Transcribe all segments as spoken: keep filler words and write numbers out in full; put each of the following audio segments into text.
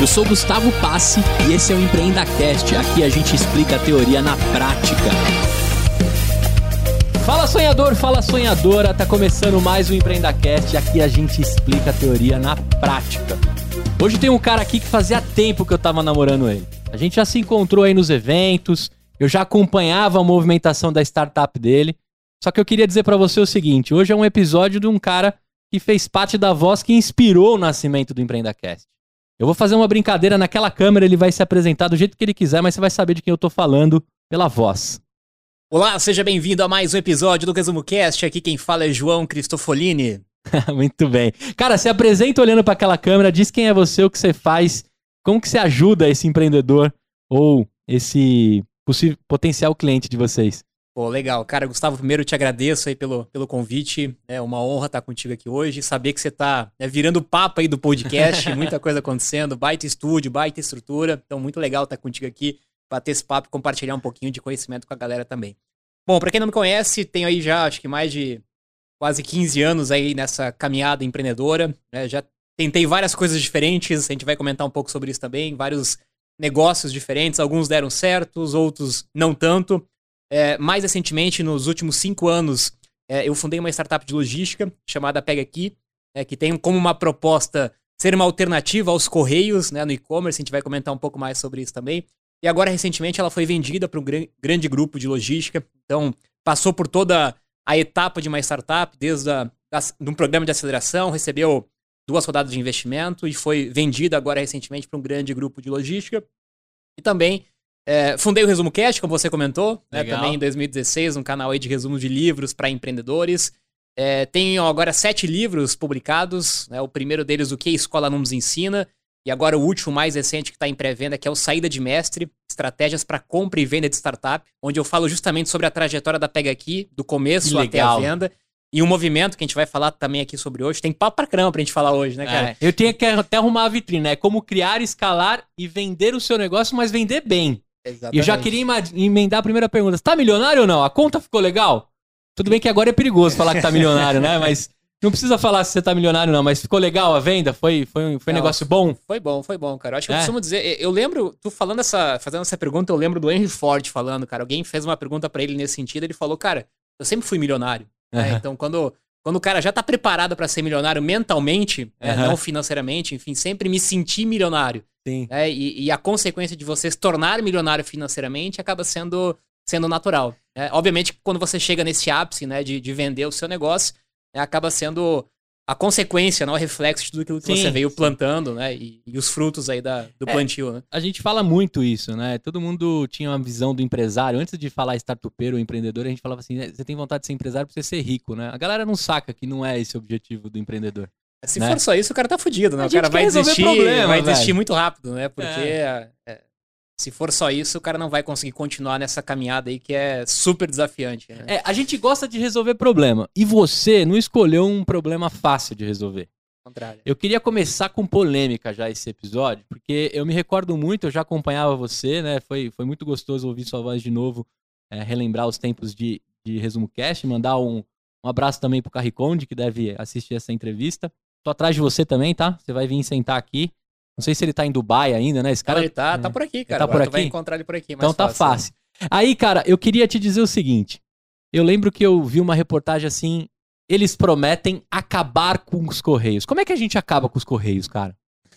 Eu sou Gustavo Passi e esse é o EmpreendaCast. Aqui a gente explica a teoria na prática. Fala sonhador, fala sonhadora, tá começando mais um EmpreendaCast. Aqui a gente explica a teoria na prática. Hoje tem um cara aqui que fazia tempo que eu tava namorando ele. A gente já se encontrou aí nos eventos, eu já acompanhava a movimentação da startup dele. Só que eu queria dizer pra você o seguinte, hoje é um episódio de um cara que fez parte da voz que inspirou o nascimento do EmpreendaCast. Eu vou fazer uma brincadeira naquela câmera, ele vai se apresentar do jeito que ele quiser, mas você vai saber de quem eu tô falando pela voz. Olá, seja bem-vindo a mais um episódio do Resumo Cast. Aqui quem fala é João Cristofolini. Muito bem. Cara, se apresenta olhando para aquela câmera, diz quem é você, o que você faz, como que você ajuda esse empreendedor ou esse possível, potencial cliente de vocês. Pô, legal. Cara, Gustavo, primeiro eu te agradeço aí pelo, pelo convite. É uma honra estar contigo aqui hoje. Saber que você tá né, virando o papo aí do podcast, muita coisa acontecendo, baita estúdio, baita estrutura. Então, muito legal estar contigo aqui, bater esse papo e compartilhar um pouquinho de conhecimento com a galera também. Bom, pra quem não me conhece, tenho aí já, acho que mais de quase quinze anos aí nessa caminhada empreendedora. Né? Já tentei várias coisas diferentes, a gente vai comentar um pouco sobre isso também. Vários negócios diferentes, alguns deram certos, outros não tanto. É, mais recentemente, nos últimos cinco anos, é, eu fundei uma startup de logística chamada Pega Aqui, é, que tem como uma proposta ser uma alternativa aos correios né, no e-commerce. A gente vai comentar um pouco mais sobre isso também. E agora, recentemente, ela foi vendida para um gran- grande grupo de logística. Então, passou por toda a etapa de uma startup, desde a, da, de um programa de aceleração, recebeu duas rodadas de investimento e foi vendida agora recentemente para um grande grupo de logística. E também é, fundei o Resumo Cast, como você comentou, né, também em dois mil e dezesseis, um canal aí de resumos de livros para empreendedores. É, tenho agora sete livros publicados, né, o primeiro deles, O que a Escola Não Nos Ensina, e agora o último, mais recente, que está em pré-venda, que é o Saída de Mestre, Estratégias para Compra e Venda de Startup, onde eu falo justamente sobre a trajetória da Pega Aqui, do começo até a venda, e um movimento que a gente vai falar também aqui sobre hoje. Tem papo pra caramba pra gente falar hoje, né, cara? É, eu tinha que até arrumar a vitrine, né? Como criar, escalar e vender o seu negócio, mas vender bem. Exatamente. E eu já queria emendar a primeira pergunta. Você tá milionário ou não? A conta ficou legal? Tudo bem que agora é perigoso falar que tá milionário, né? Mas não precisa falar se você tá milionário não, mas ficou legal a venda? Foi, foi, foi um negócio bom? Foi bom, foi bom, cara. Eu acho que é. eu costumo dizer... Eu lembro, tu falando essa, fazendo essa pergunta, eu lembro do Henry Ford falando, cara. Alguém fez uma pergunta pra ele nesse sentido, ele falou, cara, eu sempre fui milionário. Uhum. Né? Então, quando... Quando o cara já tá preparado pra ser milionário mentalmente, uhum. né, não financeiramente, enfim, sempre me senti milionário. Sim. Né, e, e a consequência de você se tornar milionário financeiramente acaba sendo, sendo natural. Né? Obviamente, quando você chega nesse ápice né, de, de vender o seu negócio, né, acaba sendo a consequência, não, o reflexo de tudo aquilo que sim, você veio sim. plantando, né? E, e os frutos aí da, do é, plantio, né? A gente fala muito isso, né? Todo mundo tinha uma visão do empresário. Antes de falar startupeiro ou empreendedor, a gente falava assim, você tem vontade de ser empresário pra você ser rico, né? A galera não saca que não é esse o objetivo do empreendedor. Se né? for só isso, o cara tá fudido, né? A o cara vai desistir, problema, vai desistir velho. muito rápido, né? Porque é. É, se for só isso, o cara não vai conseguir continuar nessa caminhada aí que é super desafiante. Né? É, a gente gosta de resolver problema. E você não escolheu um problema fácil de resolver. Contrário. Eu queria começar com polêmica já esse episódio, porque eu me recordo muito, eu já acompanhava você, né? Foi, foi muito gostoso ouvir sua voz de novo, é, relembrar os tempos de, de Resumo Cast, mandar um, um abraço também pro Carriconde, que deve assistir essa entrevista. Tô atrás de você também, tá? Você vai vir sentar aqui. Não sei se ele tá em Dubai ainda, né? Esse cara Não, ele tá, é, tá por aqui, cara. Tá Agora por tu aqui? vai encontrar ele por aqui, mais então tá fácil. fácil. Aí, cara, eu queria te dizer o seguinte. Eu lembro que eu vi uma reportagem assim, eles prometem acabar com os Correios. Como é que a gente acaba com os Correios, cara?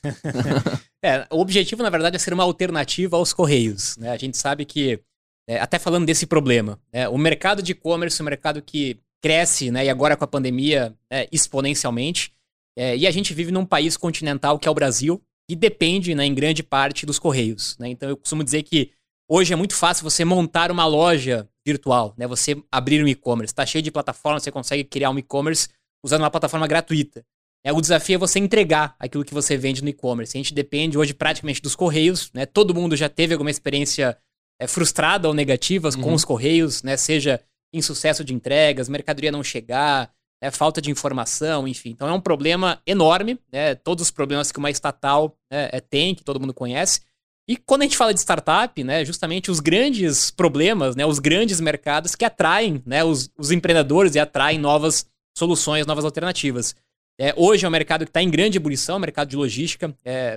é, o objetivo, na verdade, é ser uma alternativa aos Correios. Né? A gente sabe que, é, até falando desse problema, né? O mercado de e-commerce é um mercado que cresce, né? E agora com a pandemia, é, exponencialmente. É, e a gente vive num país continental que é o Brasil, que depende, né, em grande parte dos Correios. Né? Então eu costumo dizer que hoje é muito fácil você montar uma loja virtual, né? Você abrir um e-commerce. Está cheio de plataformas, você consegue criar um e-commerce usando uma plataforma gratuita. É, o desafio é você entregar aquilo que você vende no e-commerce. A gente depende hoje praticamente dos Correios. Né? Todo mundo já teve alguma experiência é, frustrada ou negativa uhum. com os Correios, né? Seja insucesso de entregas, mercadoria não chegar, né? Falta de informação, enfim. Então é um problema enorme, né? Todos os problemas que uma estatal né, tem, que todo mundo conhece. E quando a gente fala de startup, né, justamente os grandes problemas, né, os grandes mercados que atraem né, os, os empreendedores e atraem novas soluções, novas alternativas. É, hoje é um mercado que está em grande ebulição, mercado de logística. É,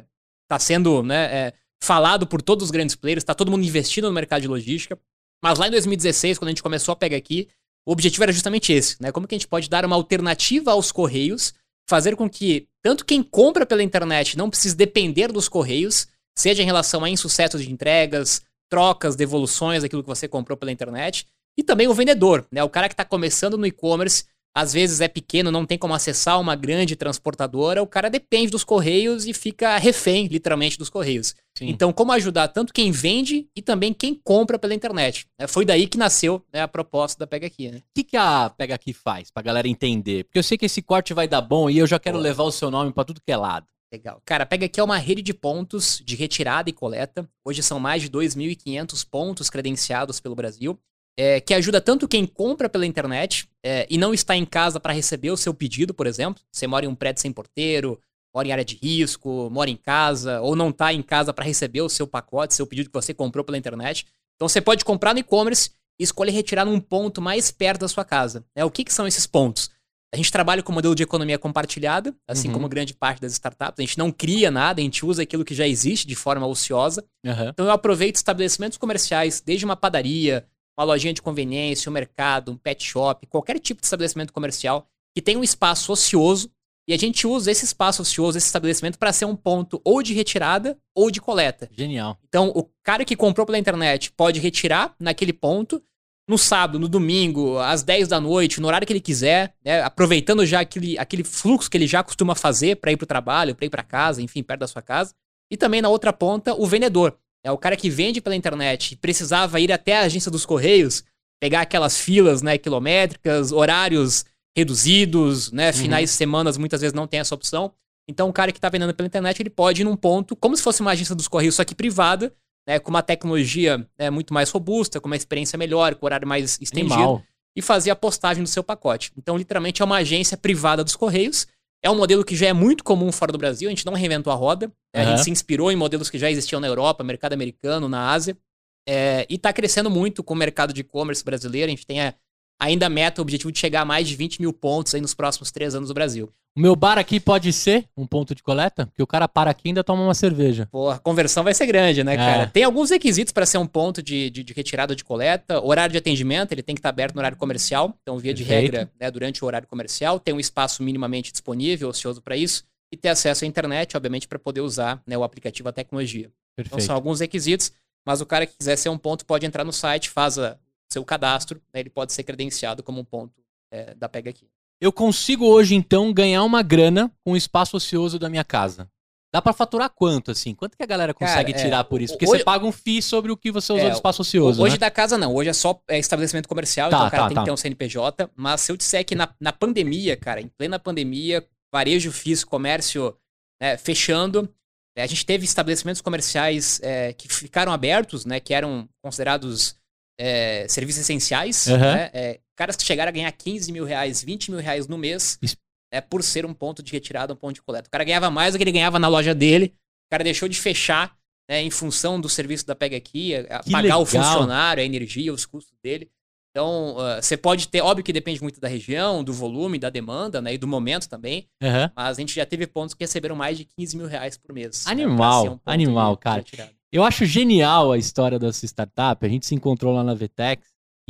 tá sendo, né, é, falado por todos os grandes players, tá todo mundo investindo no mercado de logística. Mas lá em dois mil e dezesseis, quando a gente começou a Pega Aqui, o objetivo era justamente esse, né? Como que a gente pode dar uma alternativa aos correios, fazer com que tanto quem compra pela internet não precise depender dos correios, seja em relação a insucessos de entregas, trocas, devoluções daquilo que você comprou pela internet, e também o vendedor, né? O cara que está começando no e-commerce, às vezes é pequeno, não tem como acessar uma grande transportadora, o cara depende dos correios e fica refém, literalmente, dos correios. Sim. Então, como ajudar tanto quem vende e também quem compra pela internet? É, foi daí que nasceu, né, a proposta da Pega Aqui, né? O que, que a Pega Aqui faz, pra galera entender? Porque eu sei que esse corte vai dar bom e eu já quero Pô. levar o seu nome pra tudo que é lado. Legal. Cara, a Pega Aqui é uma rede de pontos de retirada e coleta. Hoje são mais de dois mil e quinhentos pontos credenciados pelo Brasil. É, que ajuda tanto quem compra pela internet é, e não está em casa para receber o seu pedido, por exemplo. Você mora em um prédio sem porteiro, mora em área de risco, mora em casa, ou não está em casa para receber o seu pacote, seu pedido que você comprou pela internet. Então você pode comprar no e-commerce e escolher retirar num ponto mais perto da sua casa. É, o que, que são esses pontos? A gente trabalha com o modelo de economia compartilhada, assim uhum. como grande parte das startups. A gente não cria nada, a gente usa aquilo que já existe de forma ociosa. Uhum. Então eu aproveito estabelecimentos comerciais, desde uma padaria, uma lojinha de conveniência, um mercado, um pet shop, qualquer tipo de estabelecimento comercial que tem um espaço ocioso, e a gente usa esse espaço ocioso, esse estabelecimento, para ser um ponto ou de retirada ou de coleta. Genial. Então, o cara que comprou pela internet pode retirar naquele ponto, no sábado, no domingo, às dez da noite, no horário que ele quiser, né, aproveitando já aquele, aquele fluxo que ele já costuma fazer para ir para o trabalho, para ir para casa, enfim, perto da sua casa. E também, na outra ponta, o vendedor. É o cara que vende pela internet e precisava ir até a agência dos Correios, pegar aquelas filas, né, quilométricas, horários reduzidos, né, finais uhum. de semanas muitas vezes não tem essa opção. Então o cara que está vendendo pela internet, ele pode ir num ponto, como se fosse uma agência dos Correios, só que privada, né, com uma tecnologia né, muito mais robusta, com uma experiência melhor, com horário mais estendido, Animal. e fazer a postagem do seu pacote. Então literalmente é uma agência privada dos Correios. É um modelo que já é muito comum fora do Brasil, a gente não reinventou a roda. Uhum. A gente se inspirou em modelos que já existiam na Europa, mercado americano, na Ásia. É, e está crescendo muito com o mercado de e-commerce brasileiro. A gente tem a, ainda a meta, o objetivo de chegar a mais de vinte mil pontos aí nos próximos três anos no Brasil. O meu bar aqui pode ser um ponto de coleta? Porque o cara para aqui e ainda toma uma cerveja. Pô, a conversão vai ser grande, né, cara? É. Tem alguns requisitos para ser um ponto de, de, de retirada de coleta. Horário de atendimento, ele tem que estar aberto no horário comercial. Então, via de Perfeito. regra, né, durante o horário comercial, tem um espaço minimamente disponível, ocioso para isso. E ter acesso à internet, obviamente, para poder usar né, o aplicativo, a tecnologia. Perfeito. Então, são alguns requisitos. Mas o cara que quiser ser um ponto pode entrar no site, faz o seu cadastro. Né, ele pode ser credenciado como um ponto é, da Pega Aqui. Eu consigo hoje, então, ganhar uma grana com o espaço ocioso da minha casa. Dá pra faturar quanto, assim? Quanto que a galera consegue Cara, tirar é, por isso? Porque hoje, você paga um F I I sobre o que você usou é, do espaço ocioso, Hoje né? da casa não. Hoje é só é, estabelecimento comercial, tá, então o cara tá, tem tá. que ter um C N P J. Mas se eu disser que na, na pandemia, cara, em plena pandemia, varejo físico, comércio né, fechando, é, a gente teve estabelecimentos comerciais é, que ficaram abertos, né? Que eram considerados é, serviços essenciais, uhum. né? É, caras que chegaram a ganhar quinze mil reais, vinte mil reais no mês, né, por ser um ponto de retirada, um ponto de coleta. O cara ganhava mais do que ele ganhava na loja dele, o cara deixou de fechar né, em função do serviço da Pega Aqui, a, pagar legal. o funcionário, a energia, os custos dele. Então, uh, você pode ter, óbvio que depende muito da região, do volume, da demanda, né, e do momento também, uhum. mas a gente já teve pontos que receberam mais de quinze mil reais por mês. Animal, né, um animal, de, cara. De Eu acho genial a história dessa startup, a gente se encontrou lá na Vtex,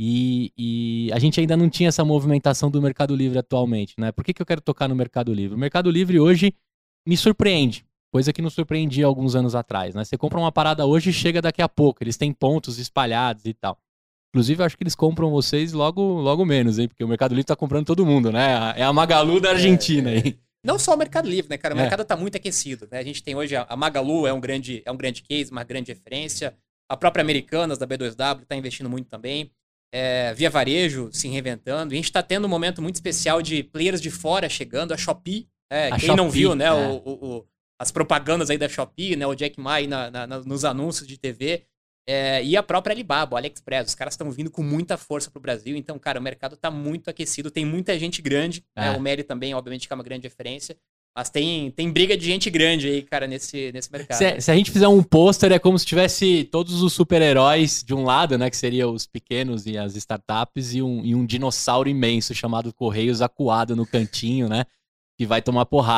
E, e a gente ainda não tinha essa movimentação do Mercado Livre atualmente, né? Por que, que eu quero tocar no Mercado Livre? O Mercado Livre hoje me surpreende, coisa que não surpreendia alguns anos atrás, né? Você compra uma parada hoje e chega daqui a pouco, eles têm pontos espalhados e tal. Inclusive, eu acho que eles compram vocês logo, logo menos, hein? Porque o Mercado Livre tá comprando todo mundo, né? É a Magalu da Argentina, é, é. hein? Não só o Mercado Livre, né, cara? O é. mercado tá muito aquecido, né? A gente tem hoje, a Magalu é um grande, é um grande case, uma grande referência. A própria Americanas, da B dois W, tá investindo muito também. É, Via Varejo se reinventando. E a gente está tendo um momento muito especial de players de fora chegando, a Shopee. É, a quem Shopee, não viu, né, é. o, o, o, as propagandas aí da Shopee, né, o Jack Ma aí na, na, nos anúncios de T V. É, e a própria Alibaba, o AliExpress. Os caras estão vindo com muita força pro Brasil. Então, cara, o mercado está muito aquecido. Tem muita gente grande. É. Né, o Meli também, obviamente, que é uma grande referência. Mas tem, tem briga de gente grande aí, cara, nesse, nesse mercado. Se, se a gente fizer um pôster, é como se tivesse todos os super-heróis de um lado, né? Que seriam os pequenos e as startups, e um, e um dinossauro imenso chamado Correios acuado no cantinho, né? Que vai tomar porrada.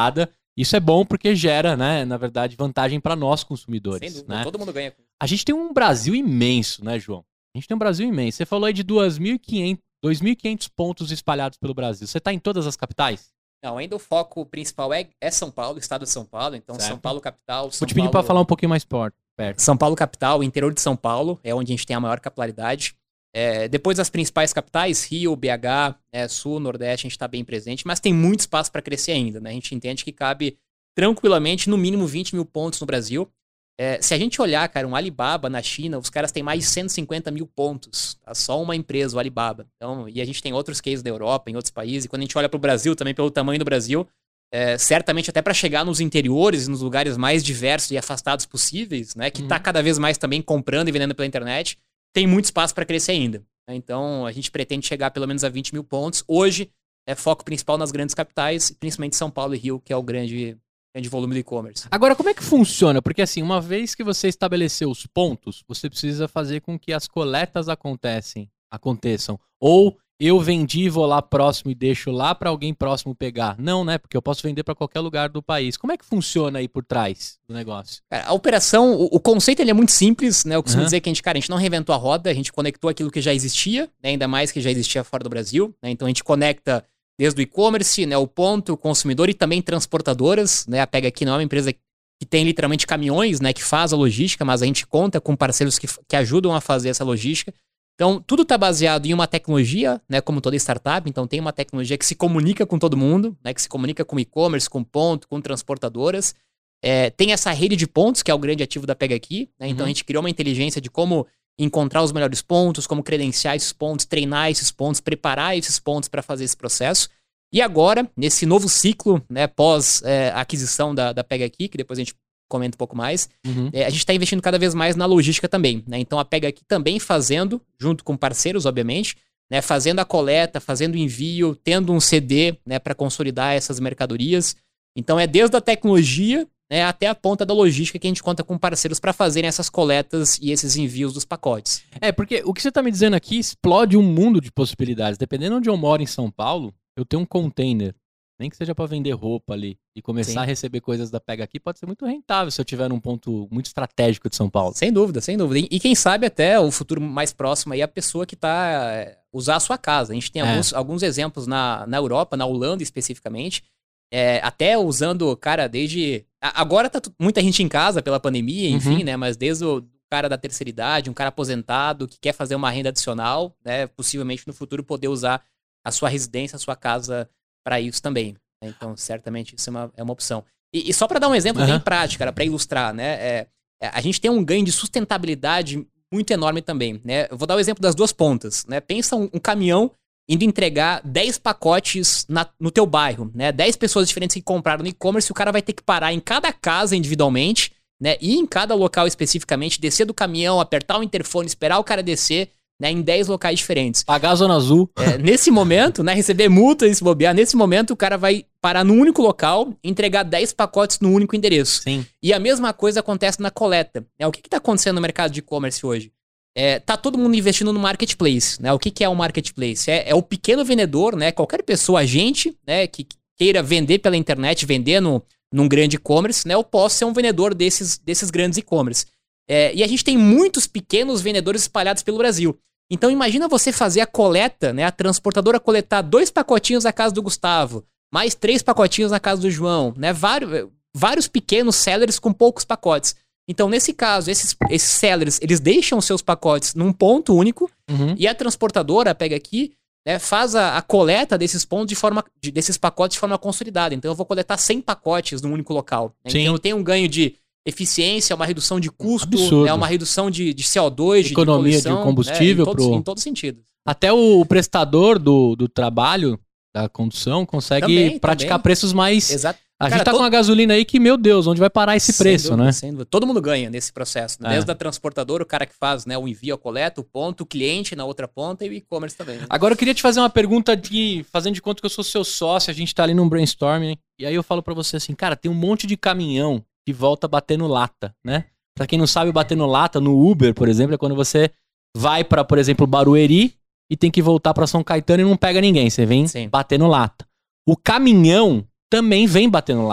Isso é bom porque gera, né, na verdade, vantagem para nós consumidores. Sem dúvida, né? todo mundo ganha. A gente tem um Brasil imenso, né, João? A gente tem um Brasil imenso. Você falou aí de dois mil e quinhentos pontos espalhados pelo Brasil. Você tá em todas as capitais? Não, ainda o foco principal é, é São Paulo, estado de São Paulo. Então, certo. São Paulo capital. São Vou te pedir Paulo... para falar um pouquinho mais perto. São Paulo capital, interior de São Paulo, é onde a gente tem a maior capilaridade. É, depois das principais capitais, Rio, B H, é, Sul, Nordeste, a gente está bem presente, mas tem muito espaço para crescer ainda, né? A gente entende que cabe tranquilamente no mínimo vinte mil pontos no Brasil. É, se a gente olhar, cara, um Alibaba na China, os caras têm mais de cento e cinquenta mil pontos. Tá? Só uma empresa, o Alibaba. Então, e a gente tem outros cases da Europa, em outros países. E quando a gente olha para o Brasil, também pelo tamanho do Brasil, é, certamente até para chegar nos interiores, nos lugares mais diversos e afastados possíveis, né? Que está uhum. cada vez mais também comprando e vendendo pela internet, tem muito espaço para crescer ainda. Né? Então, a gente pretende chegar pelo menos a vinte mil pontos. Hoje, é foco principal nas grandes capitais, principalmente São Paulo e Rio, que é o grande... de volume do e-commerce. Agora, como é que funciona? Porque assim, uma vez que você estabeleceu os pontos, você precisa fazer com que as coletas acontecem, aconteçam. Ou eu vendi, vou lá próximo e deixo lá para alguém próximo pegar. Não, né? Porque eu posso vender para qualquer lugar do país. Como é que funciona aí por trás do negócio? Cara, a operação, o, o conceito ele é muito simples, né? Eu costumo uhum. dizer que a gente, cara, a gente não reinventou a roda, a gente conectou aquilo que já existia, né? Ainda mais que já existia fora do Brasil, né? Então a gente conecta desde o e-commerce, né, o ponto, o consumidor e também transportadoras, né, a Pega Aqui não é uma empresa que tem literalmente caminhões, né, que faz a logística, mas a gente conta com parceiros que, que ajudam a fazer essa logística. Então, tudo está baseado em uma tecnologia, né, como toda startup, então tem uma tecnologia que se comunica com todo mundo, né, que se comunica com e-commerce, com ponto, com transportadoras. É, tem essa rede de pontos, que é o grande ativo da Pega Aqui, né, então uhum. a gente criou uma inteligência de como encontrar os melhores pontos, como credenciar esses pontos, treinar esses pontos, preparar esses pontos para fazer esse processo. E agora, nesse novo ciclo, né, pós é, aquisição da, da Pega Aqui, que depois a gente comenta um pouco mais, uhum. é, a gente está investindo cada vez mais na logística também. Né? Então a Pega Aqui também fazendo, junto com parceiros, obviamente, né, fazendo a coleta, fazendo o envio, tendo um C D, né, para consolidar essas mercadorias. Então é desde a tecnologia, né, até a ponta da logística que a gente conta com parceiros para fazerem essas coletas e esses envios dos pacotes. É, porque o que você está me dizendo aqui explode um mundo de possibilidades. Dependendo de onde eu moro em São Paulo, eu tenho um container, nem que seja para vender roupa ali, e começar Sim. a receber coisas da Pega Aqui, pode ser muito rentável se eu tiver num ponto muito estratégico de São Paulo. Sem dúvida, sem dúvida. E quem sabe até o futuro mais próximo aí, a pessoa que está usar a sua casa. A gente tem é. alguns, alguns exemplos na, na Europa, na Holanda especificamente, é, até usando, cara, desde... Agora tá muita gente em casa pela pandemia, enfim, uhum. né? Mas desde o cara da terceira idade, um cara aposentado que quer fazer uma renda adicional, né? Possivelmente no futuro poder usar a sua residência, a sua casa para isso também. Né? Então, certamente isso é uma, é uma opção. E, e só para dar um exemplo uhum. bem prático, cara, para ilustrar, né? É, é, a gente tem um ganho de sustentabilidade muito enorme também, né? Eu vou dar o exemplo das duas pontas, né? Pensa um, um caminhão indo entregar dez pacotes na, no teu bairro, né? dez pessoas diferentes que compraram no e-commerce, o cara vai ter que parar em cada casa individualmente, né? E em cada local especificamente, descer do caminhão, apertar o interfone, esperar o cara descer, né? Em dez locais diferentes. Pagar a Zona Azul. É, nesse momento, né? Receber multa e se bobear, nesse momento o cara vai parar num único local e entregar dez pacotes no único endereço. Sim. E a mesma coisa acontece na coleta. Né? O que está acontecendo no mercado de e-commerce hoje? É, tá todo mundo investindo no marketplace, né? O que, que é o marketplace? É, é o pequeno vendedor, né? Qualquer pessoa, agente, né? Que queira vender pela internet, vender no, num grande e-commerce, né? Eu posso ser um vendedor desses, desses grandes e-commerce. É, e a gente tem muitos pequenos vendedores espalhados pelo Brasil. Então imagina você fazer a coleta, né? A transportadora coletar dois pacotinhos na casa do Gustavo, mais três pacotinhos na casa do João, né? Vários, vários pequenos sellers com poucos pacotes. Então, nesse caso, esses, esses sellers, eles deixam seus pacotes num ponto único uhum. e a transportadora Pega Aqui, né, faz a, a coleta desses pontos de forma, de, desses pacotes de forma consolidada. Então, eu vou coletar cem pacotes num único local. Né? Então, eu tenho um ganho de eficiência, uma redução de custo, né, uma redução de, de C O dois, economia de, poluição, de combustível. Né, em, todos, pro... em todo sentido. Até o prestador do, do trabalho, da condução, consegue também, praticar também. preços mais... Exato. A Cara, gente tá todo... com a gasolina aí que, meu Deus, onde vai parar esse sem preço, dúvida, né? Sem dúvida. Todo mundo ganha nesse processo. Né? É. Desde a transportadora, o cara que faz, né, o envio, a coleta, o ponto, o cliente na outra ponta e o e-commerce também. Né? Agora eu queria te fazer uma pergunta de... Fazendo de conta que eu sou seu sócio, a gente tá ali num brainstorming, e aí eu falo pra você assim, cara, tem um monte de caminhão que volta batendo lata, né? Pra quem não sabe, batendo lata no Uber, por exemplo, é quando você vai pra, por exemplo, Barueri e tem que voltar pra São Caetano e não pega ninguém. Você vem Sim. batendo lata. O caminhão também vem batendo lata.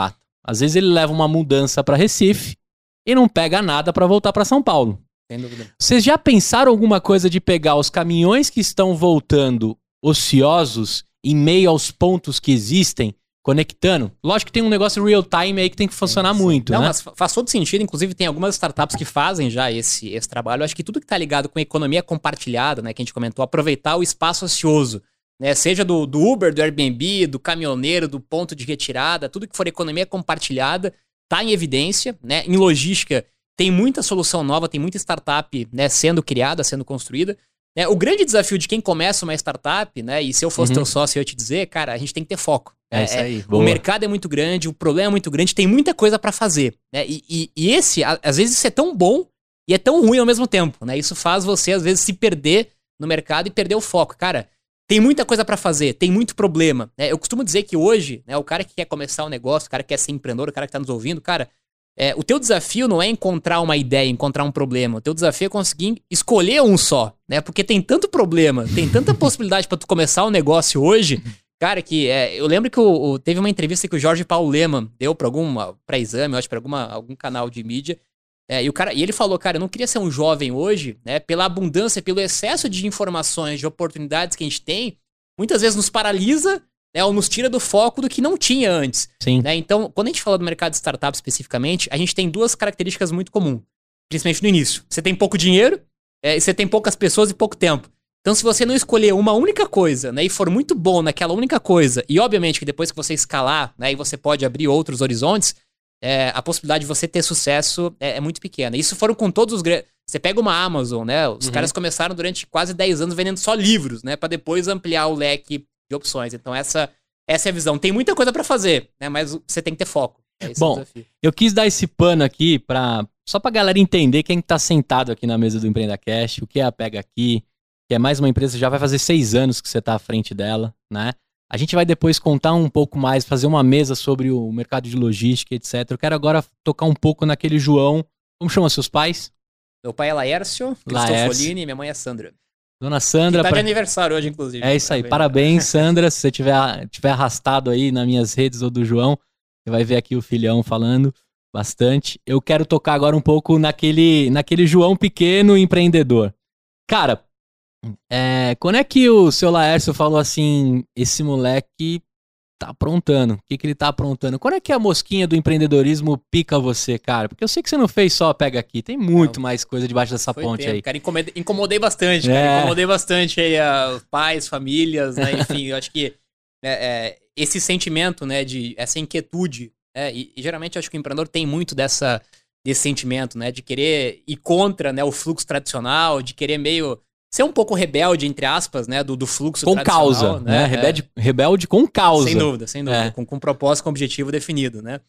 Às vezes ele leva uma mudança para Recife e não pega nada para voltar para São Paulo. Sem dúvida. Vocês já pensaram alguma coisa de pegar os caminhões que estão voltando ociosos em meio aos pontos que existem, conectando? Lógico que tem um negócio real time aí que tem que funcionar sim, sim. muito, Não, né? mas faz todo sentido. Inclusive tem algumas startups que fazem já esse, esse trabalho. Eu acho que tudo que tá ligado com economia compartilhada, né, que a gente comentou, aproveitar o espaço ocioso, né, seja do, do Uber, do Airbnb, do caminhoneiro, do ponto de retirada, tudo que for economia compartilhada tá em evidência, né? Em logística tem muita solução nova, tem muita startup, né, sendo criada, sendo construída. É, o grande desafio de quem começa uma startup, né? E se eu fosse uhum. teu sócio, eu ia te dizer, cara, a gente tem que ter foco. É, é isso aí. O mercado é muito grande, o problema é muito grande, tem muita coisa pra fazer, né? E, e, e esse, a, às vezes, isso é tão bom e é tão ruim ao mesmo tempo, né? Isso faz você, às vezes, se perder no mercado e perder o foco. Cara, tem muita coisa pra fazer, tem muito problema, né? Eu costumo dizer que hoje, né, o cara que quer começar um negócio, o cara que quer ser empreendedor, o cara que tá nos ouvindo, cara, É, o teu desafio não é encontrar uma ideia, encontrar um problema. O teu desafio é conseguir escolher um só, né? Porque tem tanto problema, tem tanta possibilidade pra tu começar um negócio hoje, cara, que é, eu lembro que o, o, teve uma entrevista que o Jorge Paulo Lemann deu pra algum pré-exame, eu acho, pra alguma, algum canal de mídia, é, e, o cara, e ele falou, cara, eu não queria ser um jovem hoje, né? Pela abundância, pelo excesso de informações, de oportunidades que a gente tem, muitas vezes nos paralisa, né, ou nos tira do foco do que não tinha antes. Sim. Né? Então, quando a gente fala do mercado de startup especificamente, a gente tem duas características muito comuns, principalmente no início. Você tem pouco dinheiro, é, e você tem poucas pessoas e pouco tempo. Então, se você não escolher uma única coisa, né, e for muito bom naquela única coisa, e obviamente que depois que você escalar, né, e você pode abrir outros horizontes, é, a possibilidade de você ter sucesso é, é muito pequena. Isso foram com todos os grandes... Você pega uma Amazon, né? Os uhum. caras começaram durante quase dez anos vendendo só livros, né? Para depois ampliar o leque de opções. Então essa, essa é a visão. Tem muita coisa pra fazer, né? Mas você tem que ter foco. Esse Bom, é eu quis dar esse pano aqui pra, só pra galera entender quem tá sentado aqui na mesa do EmpreendaCast, o que é a Pega Aqui, que é mais uma empresa, já vai fazer seis anos que você tá à frente dela, né? A gente vai depois contar um pouco mais, fazer uma mesa sobre o mercado de logística, etcétera. Eu quero agora tocar um pouco naquele João. Como chama seus pais? Meu pai é Laércio, Cristofolini, e minha mãe é Sandra. Dona Sandra... Que tá pra... de aniversário hoje, inclusive. É isso aí. Parabéns, Sandra. Se você tiver, tiver arrastado aí nas minhas redes ou do João, você vai ver aqui o filhão falando bastante. Eu quero tocar agora um pouco naquele, naquele João pequeno empreendedor. Cara, é, quando é que o seu Laércio falou assim, esse moleque tá aprontando? O que, que ele tá aprontando? Quando é que a mosquinha do empreendedorismo pica você, cara? Porque eu sei que você não fez só Pega Aqui, tem muito não, mais coisa debaixo dessa ponte tempo, aí. Cara, incomodei, incomodei bastante, é. cara. Incomodei bastante aí a pais, famílias, né? Enfim, eu acho que é, é, esse sentimento, né, de essa inquietude, é, e, e geralmente eu acho que o empreendedor tem muito dessa, desse sentimento, né, de querer ir contra, né, o fluxo tradicional, de querer meio... ser um pouco rebelde, entre aspas, né, do, do fluxo com tradicional. Com causa, né? né? Rebelde, é. rebelde com causa. Sem dúvida, sem dúvida. É. Com, com propósito, com objetivo definido, né?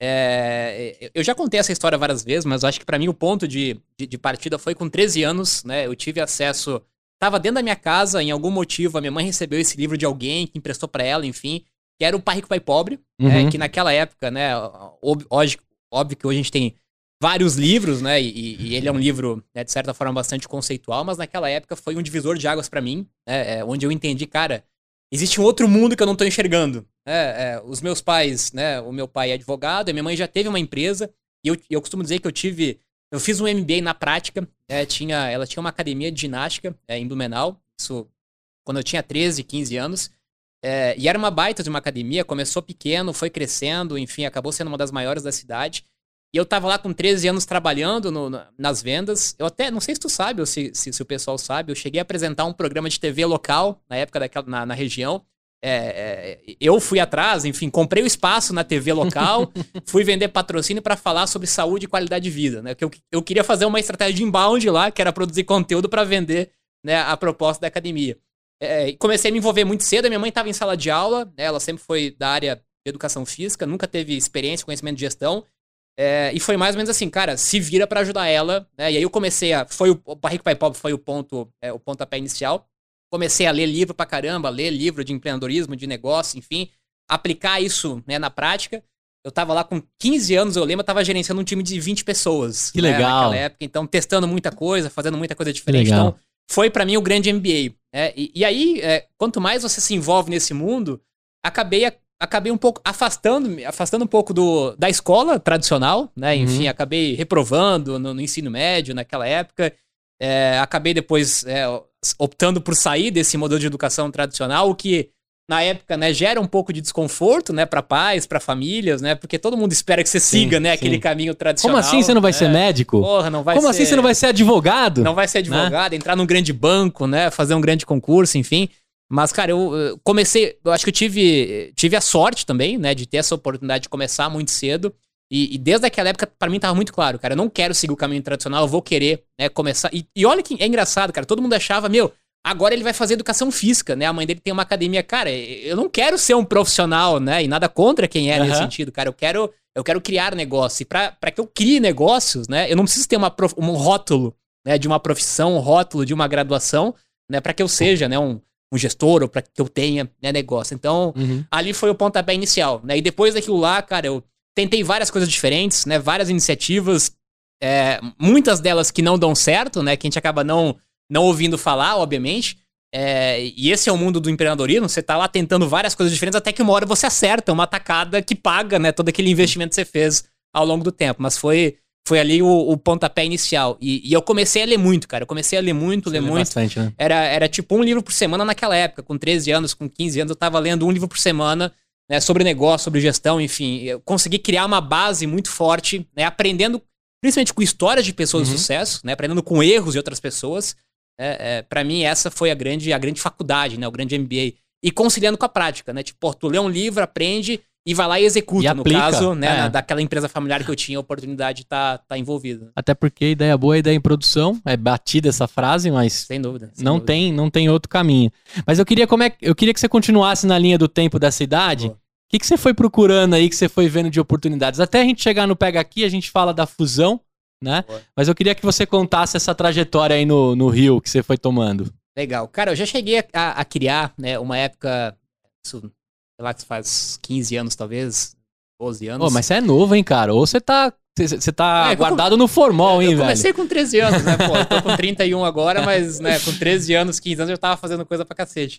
É, eu já contei essa história várias vezes, mas eu acho que pra mim o ponto de, de, de partida foi com treze anos, né? Eu tive acesso... Tava dentro da minha casa, em algum motivo, a minha mãe recebeu esse livro de alguém que emprestou pra ela, enfim, que era o Pai Rico, Pai Pobre, uhum. né? Que naquela época, né? Óbvio, óbvio que hoje a gente tem vários livros, né, e, e ele é um livro, né, de certa forma, bastante conceitual, mas naquela época foi um divisor de águas pra mim, né, é, onde eu entendi, cara, existe um outro mundo que eu não tô enxergando. É, é, os meus pais, né, o meu pai é advogado, a minha mãe já teve uma empresa, e eu, eu costumo dizer que eu tive, eu fiz um M B A na prática, é, tinha, ela tinha uma academia de ginástica é, em Blumenau, isso quando eu tinha treze, quinze anos, é, e era uma baita de uma academia, começou pequeno, foi crescendo, enfim, acabou sendo uma das maiores da cidade. E eu tava lá com treze anos trabalhando no, no, nas vendas. Eu até, não sei se tu sabe ou se, se, se o pessoal sabe, eu cheguei a apresentar um programa de T V local, na época daquela, na, na região. É, é, eu fui atrás, enfim, comprei o espaço na T V local, fui vender patrocínio para falar sobre saúde e qualidade de vida, né? Que eu, eu queria fazer uma estratégia de inbound lá, que era produzir conteúdo para vender, né, a proposta da academia. É, comecei a me envolver muito cedo, a minha mãe estava em sala de aula, né, ela sempre foi da área de educação física, nunca teve experiência, conhecimento de gestão. É, e foi mais ou menos assim, cara, se vira pra ajudar ela, né? E aí eu comecei a... Foi o, o Pai Rico, Pai Pobre foi o ponto, é, o pontapé inicial. Comecei a ler livro pra caramba, ler livro de empreendedorismo, de negócio, enfim. Aplicar isso, né, na prática. Eu tava lá com quinze anos, eu lembro, eu tava gerenciando um time de vinte pessoas. Que né, legal. Naquela época, então testando muita coisa, fazendo muita coisa diferente. Então, foi pra mim o grande M B A. Né? E, e aí, é, quanto mais você se envolve nesse mundo, acabei... A, acabei um pouco afastando, afastando um pouco do, da escola tradicional, né? Enfim, uhum. acabei reprovando no, no ensino médio naquela época. É, acabei depois é, optando por sair desse modelo de educação tradicional, o que na época, né, gera um pouco de desconforto, né, para pais, para famílias, né, porque todo mundo espera que você sim, siga, né, sim. aquele caminho tradicional. Como assim você não vai né? ser médico? Porra, não vai Como ser... assim você não vai ser advogado? Não vai ser advogado, né? Entrar num grande banco, né, fazer um grande concurso, enfim. Mas, cara, eu comecei, eu acho que eu tive, tive a sorte também, né, de ter essa oportunidade de começar muito cedo. E, e desde aquela época, pra mim, tava muito claro, cara, eu não quero seguir o caminho tradicional, eu vou querer, né, começar... E, e olha que é engraçado, cara, todo mundo achava, meu... Agora ele vai fazer educação física, né? A mãe dele tem uma academia. Cara, eu não quero ser um profissional, né? E nada contra quem é uhum. nesse sentido, cara. Eu quero, eu quero criar negócio. E pra, pra que eu crie negócios, né? Eu não preciso ter uma prof, um rótulo, né? De uma profissão, um rótulo de uma graduação, né? Pra que eu seja, né? Um, um gestor ou pra que eu tenha, né, negócio. Então, uhum. ali foi o pontapé inicial, né? E depois daquilo lá, cara, eu tentei várias coisas diferentes, né? Várias iniciativas, é, muitas delas que não dão certo, né? Que a gente acaba não... não ouvindo falar, obviamente, é, e esse é o mundo do empreendedorismo, você tá lá tentando várias coisas diferentes, até que uma hora você acerta uma tacada que paga, né, todo aquele investimento que você fez ao longo do tempo, mas foi, foi ali o, o pontapé inicial, e, e eu comecei a ler muito, cara, eu comecei a ler muito, você ler muito, bastante, né? era, era tipo um livro por semana naquela época, com treze anos, com quinze anos, eu tava lendo um livro por semana, né, sobre negócio, sobre gestão, enfim, eu consegui criar uma base muito forte, né, aprendendo, principalmente com histórias de pessoas uhum. de sucesso, né, aprendendo com erros de outras pessoas. É, é, pra mim, essa foi a grande, a grande faculdade, né? O grande M B A. E conciliando com a prática, né? Tipo, pô, tu lê um livro, aprende e vai lá e executa. E no aplica, caso, né? É. Na, daquela empresa familiar que eu tinha a oportunidade de estar tá, tá envolvido. Até porque ideia boa é ideia em produção. É batida essa frase, mas... Sem dúvida. Sem não, dúvida. Tem, não tem outro caminho. Mas eu queria, como é, eu queria que você continuasse na linha do tempo dessa idade. O que, que você foi procurando aí, que você foi vendo de oportunidades? Até a gente chegar no Pega Aqui, a gente fala da fusão. Né? Mas eu queria que você contasse essa trajetória aí no, no Rio que você foi tomando. Legal. Cara, eu já cheguei a, a criar, né, uma época, isso, sei lá, que faz quinze anos talvez, doze anos. Pô, mas você é novo, hein, cara? Ou você tá, você tá é, guardado eu, no formol, hein, eu velho? Eu comecei com treze anos, né, pô? Eu tô com trinta e um agora, mas, né, com treze anos, quinze anos eu tava fazendo coisa pra cacete.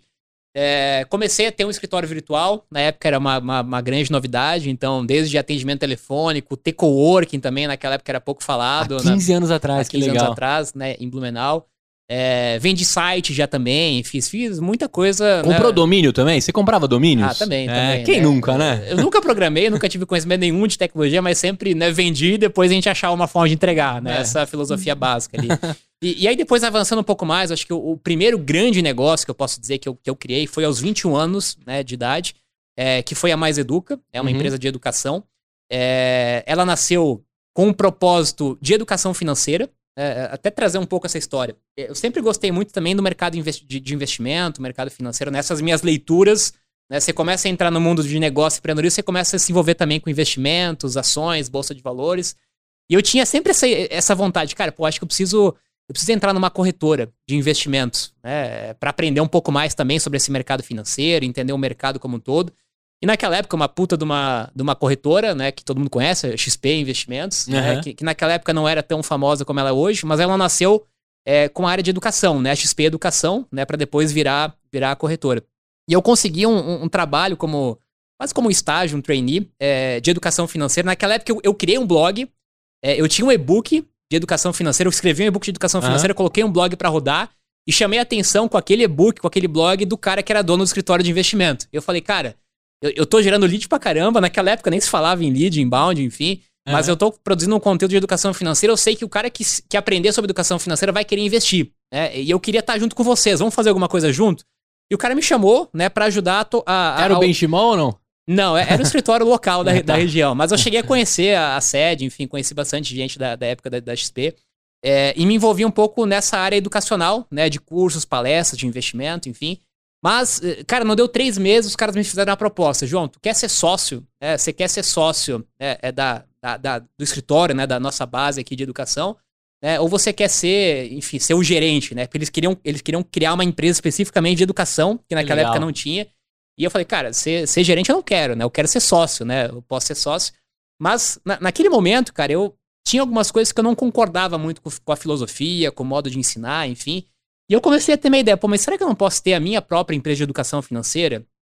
É, comecei a ter um escritório virtual, na época era uma, uma, uma grande novidade, então desde atendimento telefônico, ter coworking também, naquela época era pouco falado. Há quinze anos atrás, há quinze que legal. anos atrás, né, em Blumenau. É, vendi site já também, fiz, fiz muita coisa. Comprou né? domínio também? Você comprava domínios? Ah, também, é, também. Quem né? nunca, né? Eu nunca programei, nunca tive conhecimento nenhum de tecnologia, mas sempre, né, vendi e depois a gente achava uma forma de entregar, né? É. Essa filosofia básica ali. E, e aí depois avançando um pouco mais, acho que o, o primeiro grande negócio que eu posso dizer que eu, que eu criei foi aos vinte e um anos, né, de idade, é, que foi a Mais Educa, é uma uhum. empresa de educação. É, ela nasceu com um propósito de educação financeira, é, até trazer um pouco essa história. Eu sempre gostei muito também do mercado de, de investimento, mercado financeiro, nessas minhas leituras, né, você começa a entrar no mundo de negócio e empreendedorismo, você começa a se envolver também com investimentos, ações, bolsa de valores. E eu tinha sempre essa, essa vontade, cara, pô, acho que eu preciso... Eu preciso entrar numa corretora de investimentos, né, para aprender um pouco mais também sobre esse mercado financeiro, entender o mercado como um todo. E naquela época, uma puta de uma, de uma corretora, né, que todo mundo conhece, a X P Investimentos, uhum. né, que, que naquela época não era tão famosa como ela é hoje, mas ela nasceu é, com a área de educação, né, a X P Educação, né, para depois virar, virar a corretora. E eu consegui um, um, um trabalho como, quase como um estágio, um trainee é, de educação financeira. Naquela época eu, eu criei um blog, é, eu tinha um e-book de educação financeira, eu escrevi um e-book de educação financeira, uhum. coloquei um blog pra rodar e chamei a atenção com aquele e-book, com aquele blog do cara que era dono do escritório de investimento. Eu falei, cara, eu, eu tô gerando lead pra caramba, naquela época nem se falava em lead, inbound, enfim, uhum. mas eu tô produzindo um conteúdo de educação financeira, eu sei que o cara que, que aprender sobre educação financeira vai querer investir, né, e eu queria estar junto com vocês, vamos fazer alguma coisa junto? E o cara me chamou, né, pra ajudar a... a era a, o Benchimol ou não? Não, era o escritório local da, da região, mas eu cheguei a conhecer a, a sede, enfim, conheci bastante gente da, da época da, da X P. É, e me envolvi um pouco nessa área educacional, né, de cursos, palestras, de investimento, enfim. Mas, cara, não deu três meses, os caras me fizeram uma proposta. João, tu quer ser sócio? É, você quer ser sócio é, é da, da, da, do escritório, né, da nossa base aqui de educação? É, ou você quer ser, enfim, ser o gerente, né? Porque eles queriam, eles queriam criar uma empresa especificamente de educação, que naquela Legal. época não tinha. E eu falei, cara, ser, ser gerente eu não quero, né? Eu quero ser sócio, né? Eu posso ser sócio. Mas, na, naquele momento, cara, eu tinha algumas coisas que eu não concordava muito com, com a filosofia, com o modo de ensinar, enfim. E eu comecei a ter uma ideia, pô, mas será que eu não posso ter a minha própria empresa de educação financeira?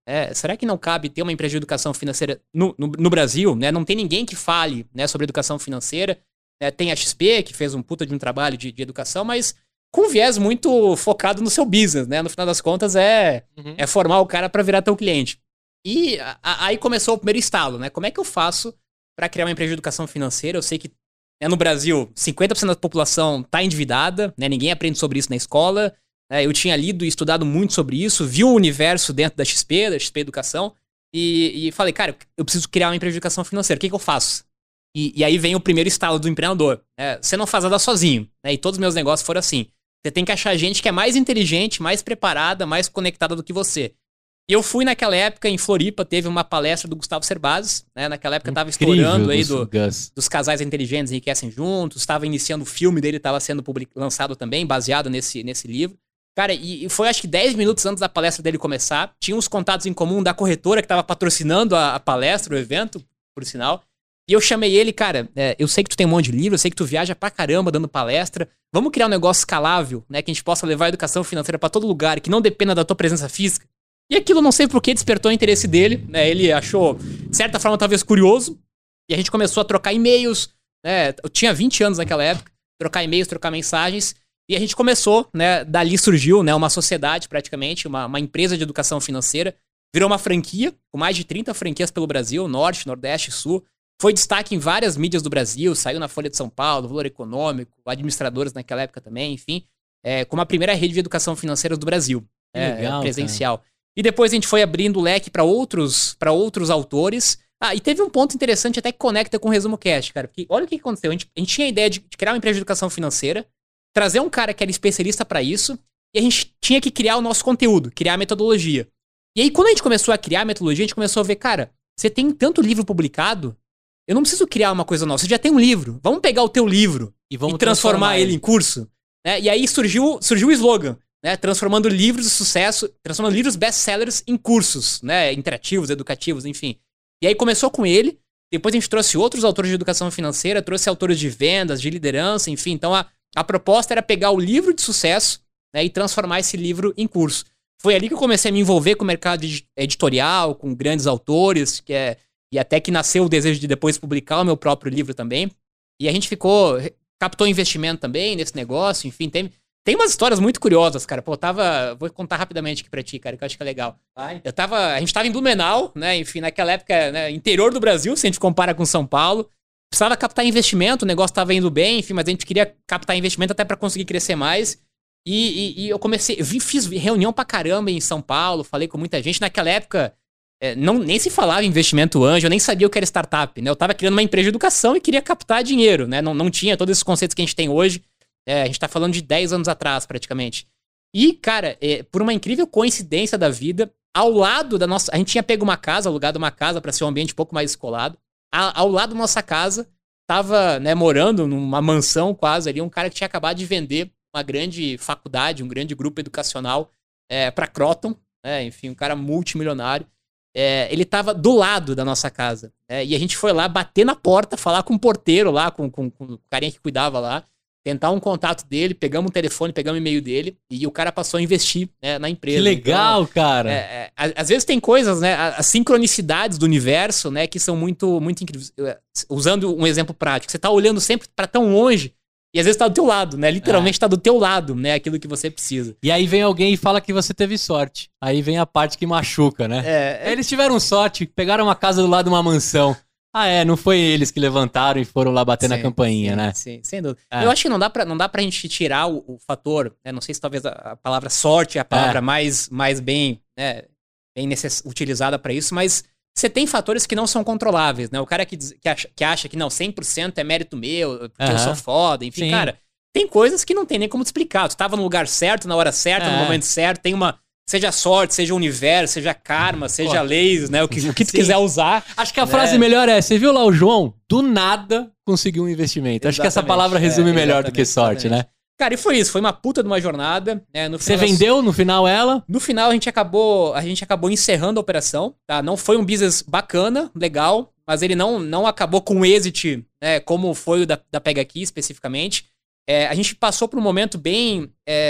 É, será que não cabe ter uma empresa de educação financeira no, no, no Brasil? Né? Não tem ninguém que fale, né, sobre educação financeira. É, tem a X P, que fez um puta de um trabalho de, de educação, mas com viés muito focado no seu business, né? No final das contas, é, uhum. é formar o cara para virar teu cliente. E a, a, aí começou o primeiro estalo, né? Como é que eu faço para criar uma empresa de educação financeira? Eu sei que né, no Brasil, cinquenta por cento da população tá endividada, né? Ninguém aprende sobre isso na escola. Né? Eu tinha lido e estudado muito sobre isso, vi o universo dentro da X P, da X P Educação, e, e falei, cara, eu preciso criar uma empresa de educação financeira. O que, que eu faço? E, e aí vem o primeiro estalo do empreendedor. Né? Você não faz nada sozinho, né? E todos os meus negócios foram assim. Você tem que achar gente que é mais inteligente, mais preparada, mais conectada do que você. E eu fui naquela época, em Floripa, teve uma palestra do Gustavo Cerbasi, né? Naquela época tava Incrível, estourando aí do, do, dos casais inteligentes enriquecem juntos, estava iniciando o filme dele, estava sendo public, lançado também, baseado nesse, nesse livro. Cara, e, e foi acho que dez minutos antes da palestra dele começar, tinha uns contatos em comum da corretora que estava patrocinando a, a palestra, o evento, por sinal. E eu chamei ele, cara, é, eu sei que tu tem um monte de livro, eu sei que tu viaja pra caramba dando palestra, vamos criar um negócio escalável, né, que a gente possa levar a educação financeira pra todo lugar, que não dependa da tua presença física. E aquilo, não sei por que, despertou o interesse dele, né, ele achou, de certa forma, talvez curioso, e a gente começou a trocar e-mails, né, eu tinha vinte anos naquela época, trocar e-mails, trocar mensagens, e a gente começou, né, dali surgiu, né, uma sociedade praticamente, uma, uma empresa de educação financeira, virou uma franquia, com mais de trinta franquias pelo Brasil, Norte, Nordeste, Sul. Foi destaque em várias mídias do Brasil, saiu na Folha de São Paulo, Valor Econômico, Administradores naquela época também, enfim. É, como a primeira rede de educação financeira do Brasil. É, legal, presencial. Cara. E depois a gente foi abrindo o leque para outros, para outros autores. Ah, e teve um ponto interessante até que conecta com o Resumo Cast, cara. Porque olha o que aconteceu. A gente, a gente tinha a ideia de, de criar uma empresa de educação financeira, trazer um cara que era especialista para isso, e a gente tinha que criar o nosso conteúdo, criar a metodologia. E aí, quando a gente começou a criar a metodologia, a gente começou a ver, cara, você tem tanto livro publicado, eu não preciso criar uma coisa nova. Você já tem um livro. Vamos pegar o teu livro e, vamos e transformar, transformar ele em curso. Né? E aí surgiu, surgiu o slogan, né? Transformando livros de sucesso, transformando livros best-sellers em cursos, né? Interativos, educativos, enfim. E aí começou com ele. Depois a gente trouxe outros autores de educação financeira, trouxe autores de vendas, de liderança, enfim. Então a, a proposta era pegar o livro de sucesso, né? E transformar esse livro em curso. Foi ali que eu comecei a me envolver com o mercado editorial, com grandes autores, que é... E até que nasceu o desejo de depois publicar o meu próprio livro também. E a gente ficou... Captou investimento também nesse negócio. Enfim, tem, tem umas histórias muito curiosas, cara. Pô, eu tava... Vou contar rapidamente aqui pra ti, cara, que eu acho que é legal. Vai. Eu tava... A gente tava em Blumenau, né? Enfim, naquela época, né, interior do Brasil, se a gente compara com São Paulo. Precisava captar investimento, o negócio tava indo bem, enfim, mas a gente queria captar investimento até pra conseguir crescer mais. E, e, e eu comecei... Eu fiz reunião pra caramba em São Paulo, falei com muita gente. Naquela época... É, não, nem se falava em investimento anjo, eu nem sabia o que era startup, né? Eu tava criando uma empresa de educação e queria captar dinheiro, né? Não, não tinha todos esses conceitos que a gente tem hoje. É, a gente tá falando de dez anos atrás, praticamente. E, cara, é, por uma incrível coincidência da vida, ao lado da nossa... A gente tinha pego uma casa, alugado uma casa para ser um ambiente um pouco mais descolado. A, ao lado da nossa casa, tava, né, morando numa mansão quase ali, um cara que tinha acabado de vender uma grande faculdade, um grande grupo educacional é, pra Croton, né? Enfim, um cara multimilionário. É, ele tava do lado da nossa casa. É, e a gente foi lá bater na porta, falar com o porteiro lá, com, com, com o carinha que cuidava lá, tentar um contato dele, pegamos o telefone, pegamos o e-mail dele, e o cara passou a investir, né, na empresa. Que legal, então, cara! É, é, às vezes tem coisas, né, as sincronicidades do universo, né, que são muito, muito incríveis. Usando um exemplo prático, você tá olhando sempre para tão longe, e às vezes tá do teu lado, né? Literalmente é. tá do teu lado, né? Aquilo que você precisa. E aí vem alguém e fala que você teve sorte. Aí vem a parte que machuca, né? É, Eles tiveram sorte, pegaram uma casa do lado de uma mansão. Ah, é, não foi eles que levantaram e foram lá bater sim, na campainha, sim, né? Sim, sem dúvida. É. Eu acho que não dá pra, não dá pra gente tirar o, o fator, né? Não sei se talvez a, a palavra sorte é a palavra é. mais, mais bem, né, bem necess, utilizada pra isso, mas você tem fatores que não são controláveis, né? O cara que, que, acha, que acha que não, cem por cento é mérito meu, porque uhum. eu sou foda, enfim, sim. cara, tem coisas que não tem nem como te explicar. Tu tava no lugar certo, na hora certa, é. no momento certo, tem uma... Seja sorte, seja universo, seja karma, seja Pô. leis, né? O que, o que tu Sim. quiser usar. Acho que a né? frase melhor é, você viu lá o João? Do nada conseguiu um investimento. Exatamente. Acho que essa palavra resume é, melhor do que sorte, exatamente. né? Cara, e foi isso. Foi uma puta de uma jornada. Né? No Você vendeu no final ela? No final a gente acabou, a gente acabou encerrando a operação. Tá? Não foi um business bacana, legal, mas ele não, não acabou com o exit, né? Como foi o da, da Pega Aqui especificamente. É, a gente passou por um momento bem é,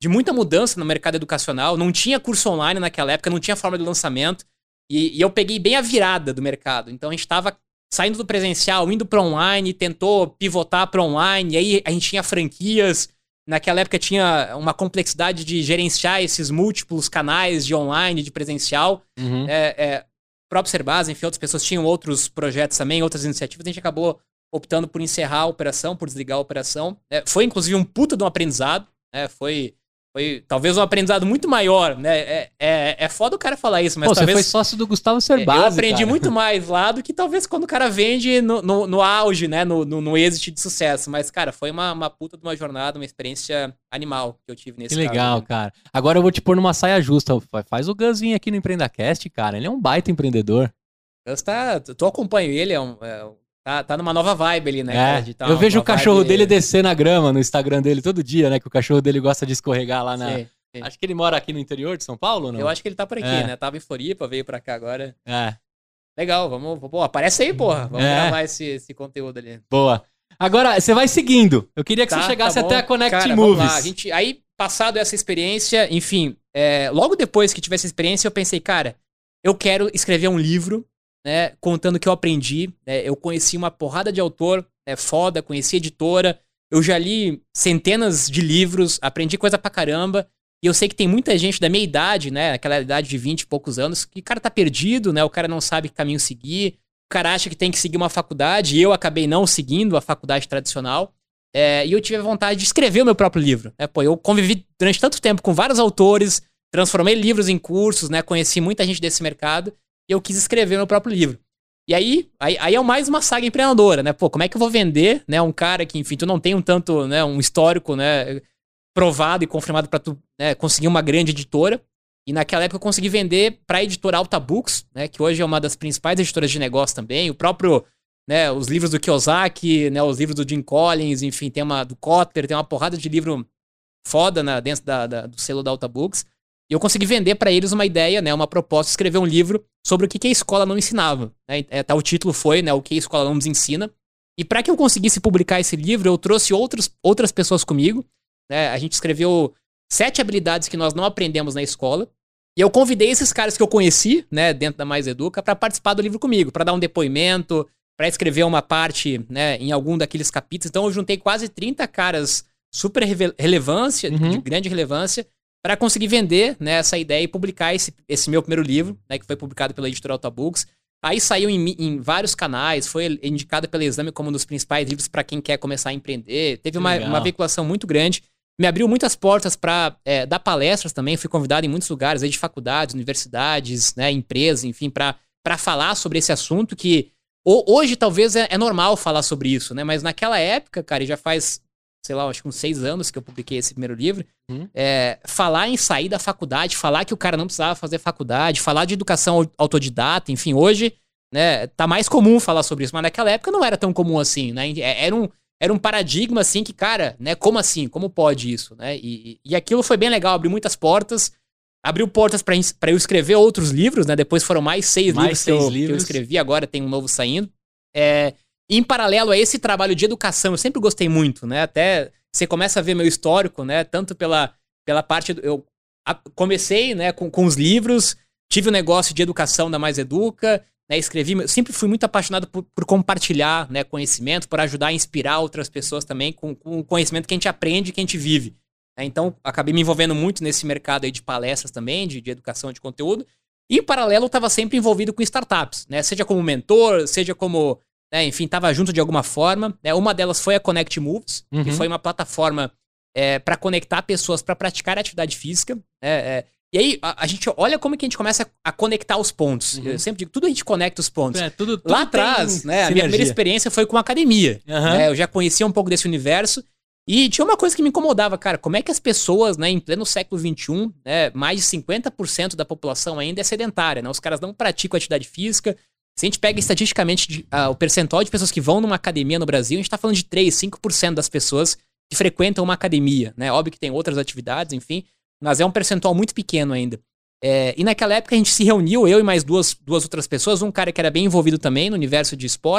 de muita mudança no mercado educacional. Não tinha curso online naquela época, não tinha forma de lançamento. E, e eu peguei bem a virada do mercado. Então a gente estava saindo do presencial, indo para online, tentou pivotar para online. E aí a gente tinha franquias. Naquela época tinha uma complexidade de gerenciar esses múltiplos canais de online, de presencial. Uhum. É, é, o próprio Serbaz, enfim, outras pessoas tinham outros projetos também, outras iniciativas. A gente acabou optando por encerrar a operação, por desligar a operação. É, foi, inclusive, um puta de um aprendizado. Né? Foi, foi talvez um aprendizado muito maior. Né? É, é, é foda o cara falar isso, mas Pô, talvez... você foi sócio do Gustavo Serbaz, Eu aprendi cara. muito mais lá do que talvez quando o cara vende no, no, no auge, né? No, no, no êxito de sucesso. Mas, cara, foi uma, uma puta de uma jornada, uma experiência animal que eu tive nesse Que legal, caso, né? cara. Agora eu vou te pôr numa saia justa. Faz o Gus vir aqui no EmpreendaCast, cara. Ele é um baita empreendedor. Eu tá, tu acompanho ele, é um, é, tá, tá numa nova vibe ali, né, É, cara? De tá eu uma- vejo uma o cachorro vibe- dele descer na grama no Instagram dele todo dia, né? Que o cachorro dele gosta de escorregar lá na... Sim, sim. Acho que ele mora aqui no interior de São Paulo, ou não? Eu acho que ele tá por aqui, É. né? Tava em Floripa, veio pra cá agora. É, Legal, vamos... Pô, aparece aí, porra. Vamos É. gravar esse, esse conteúdo ali. boa. Agora, você vai seguindo. Eu queria que Tá, você chegasse tá bom. até a Connect Cara, vamos Movies. lá. A gente, aí, passado essa experiência, enfim, é, logo depois que tive essa experiência, eu pensei, cara, eu quero escrever um livro, né, contando o que eu aprendi. Né, eu conheci uma porrada de autor é, foda, conheci editora, eu já li centenas de livros, aprendi coisa pra caramba. E eu sei que tem muita gente da minha idade, né, aquela idade de vinte e poucos anos, que o cara tá perdido, né, o cara não sabe que caminho seguir, o cara acha que tem que seguir uma faculdade, e eu acabei não seguindo a faculdade tradicional. É, e eu tive a vontade de escrever o meu próprio livro. Né? Pô, eu convivi durante tanto tempo com vários autores, transformei livros em cursos, né? Conheci muita gente desse mercado, e eu quis escrever o meu próprio livro. E aí, aí, aí é mais uma saga empreendedora, né? Pô, como é que eu vou vender, né? Um cara que, enfim, tu não tem um tanto, né? Um histórico, né? Provado e confirmado pra tu, né? Conseguir uma grande editora. E naquela época eu consegui vender pra editora Alta Books, né? Que hoje é uma das principais editoras de negócio também. O próprio... Né, os livros do Kiyosaki, né, os livros do Jim Collins, enfim, tem uma do Kotler, tem uma porrada de livro foda na, dentro da, da, do selo da Alta Books. E eu consegui vender pra eles uma ideia, né, uma proposta de escrever um livro sobre o que, que a escola não ensinava. Né, é, tá, o título foi, né, o que a escola não nos ensina. E para que eu conseguisse publicar esse livro, eu trouxe outros, outras pessoas comigo. Né, a gente escreveu sete habilidades que nós não aprendemos na escola. E eu convidei esses caras que eu conheci, né, dentro da Mais Educa, para participar do livro comigo, para dar um depoimento, para escrever uma parte, né, em algum daqueles capítulos. Então eu juntei quase trinta caras super relevância, Uhum. de grande relevância, para conseguir vender, né, essa ideia e publicar esse, esse meu primeiro livro, né, que foi publicado pela editora Alta Books. Aí saiu em, em vários canais, foi indicado pela Exame como um dos principais livros para quem quer começar a empreender. Teve uma, uma veiculação muito grande. Me abriu muitas portas para é, dar palestras também. Fui convidado em muitos lugares, aí de faculdades, universidades, né, empresas, enfim, para falar sobre esse assunto que hoje talvez é, é normal falar sobre isso, né? Mas naquela época, cara, e já faz, sei lá, acho que uns seis anos que eu publiquei esse primeiro livro, Uhum. é, falar em sair da faculdade, falar que o cara não precisava fazer faculdade, falar de educação autodidata, enfim, hoje, né, tá mais comum falar sobre isso, mas naquela época não era tão comum assim, né? Era um, era um paradigma, assim, que, cara, né, como assim? Como pode isso, né? E, e aquilo foi bem legal, abriu muitas portas, abriu portas pra, pra eu escrever outros livros, né? Depois foram mais seis Mais livros, seis que, eu, livros. que eu escrevi, agora tem um novo saindo. É, em paralelo a esse trabalho de educação, eu sempre gostei muito, né? Até você começa a ver meu histórico, né? Tanto pela, pela parte... Do, eu a, comecei, né, com, com os livros, tive o um negócio de educação da Mais Educa, né? Escrevi... Eu sempre fui muito apaixonado por, por compartilhar, né, conhecimento, por ajudar a inspirar outras pessoas também com, com o conhecimento que a gente aprende e que a gente vive. Então, acabei me envolvendo muito nesse mercado aí de palestras também, de, de educação de conteúdo. E, em paralelo, eu estava sempre envolvido com startups, né? Seja como mentor, seja como... Né? Enfim, estava junto de alguma forma. Né? Uma delas foi a Connect Moves, Uhum. que foi uma plataforma é, para conectar pessoas para praticar atividade física. É, é. E aí, a, a gente olha como que a gente começa a, a conectar os pontos. Uhum. Eu sempre digo, tudo a gente conecta os pontos. É, tudo, tudo Lá atrás, tem né, a minha sinergia. primeira experiência foi com academia. Uhum. Né? Eu já conhecia um pouco desse universo. E tinha uma coisa que me incomodava, cara. Como é que as pessoas, né, em pleno século vinte e um, né, mais de cinquenta por cento da população ainda é sedentária, né? Os caras não praticam atividade física. Se a gente pega estatisticamente de, uh, o percentual de pessoas que vão numa academia no Brasil, a gente tá falando de três, cinco por cento das pessoas que frequentam uma academia, né? Óbvio que tem outras atividades, enfim, mas é um percentual muito pequeno ainda. É, e naquela época a gente se reuniu, eu e mais duas, duas outras pessoas, um cara que era bem envolvido também no universo de esporte,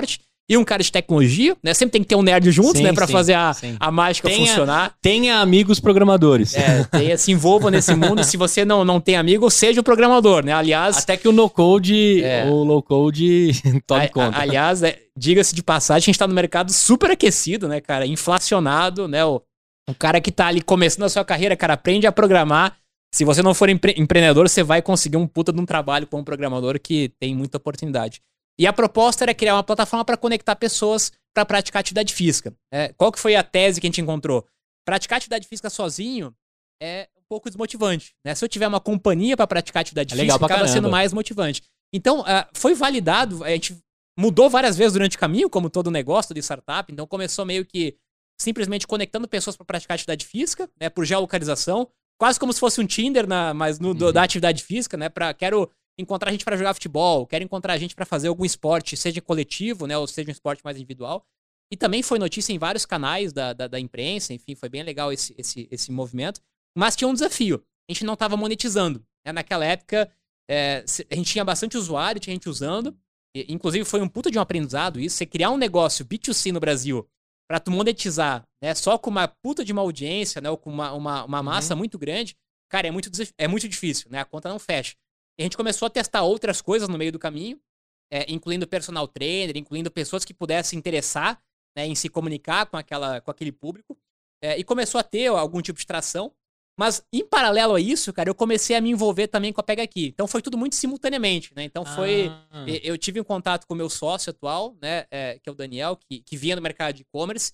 e um cara de tecnologia, né? Sempre tem que ter um nerd junto, sim, né? Pra sim, fazer a, sim. a mágica tenha, funcionar. Tenha amigos programadores. É, tenha, se envolva nesse mundo. Se você não, não tem amigo, seja o programador, né? Aliás... Até que o no-code é, ou low-code tome a, conta. A, aliás, é, diga-se de passagem, a gente tá no mercado super aquecido, né, cara? Inflacionado, né? O, o cara que tá ali começando a sua carreira, cara, aprende a programar. Se você não for empre- empreendedor, você vai conseguir um puta de um trabalho como programador que tem muita oportunidade. E a proposta era criar uma plataforma para conectar pessoas para praticar atividade física. É, qual que foi a tese que a gente encontrou? Praticar atividade física sozinho é um pouco desmotivante, né? Se eu tiver uma companhia para praticar atividade é física, acaba caramba. sendo mais motivante. Então, uh, foi validado, a gente mudou várias vezes durante o caminho, como todo negócio de startup. Então, começou meio que simplesmente conectando pessoas para praticar atividade física, né? Por geolocalização, quase como se fosse um Tinder, na, mas no, do, uhum. da atividade física, né? Pra, quero encontrar gente para jogar futebol, quero encontrar gente para fazer algum esporte, seja coletivo, né? Ou seja um esporte mais individual. E também foi notícia em vários canais da, da, da imprensa, enfim, foi bem legal esse, esse, esse movimento. Mas tinha um desafio, a gente não estava monetizando. Né? Naquela época, é, a gente tinha bastante usuário, tinha gente usando, e, inclusive foi um puta de um aprendizado isso, você criar um negócio B dois C no Brasil para tu monetizar, né, só com uma puta de uma audiência, né, ou com uma, uma, uma massa uhum. muito grande, cara, é muito, é muito difícil, né, a conta não fecha. E a gente começou a testar outras coisas no meio do caminho, é, incluindo personal trainer, incluindo pessoas que pudessem interessar, né, em se comunicar com, aquela, com aquele público, é, e começou a ter algum tipo de tração. Mas, em paralelo a isso, cara, eu comecei a me envolver também com a Pega Aqui. Então, foi tudo muito simultaneamente, né? Então, foi... Ah. Eu tive um contato com o meu sócio atual, né? É, que é o Daniel, que, que vinha do mercado de e-commerce.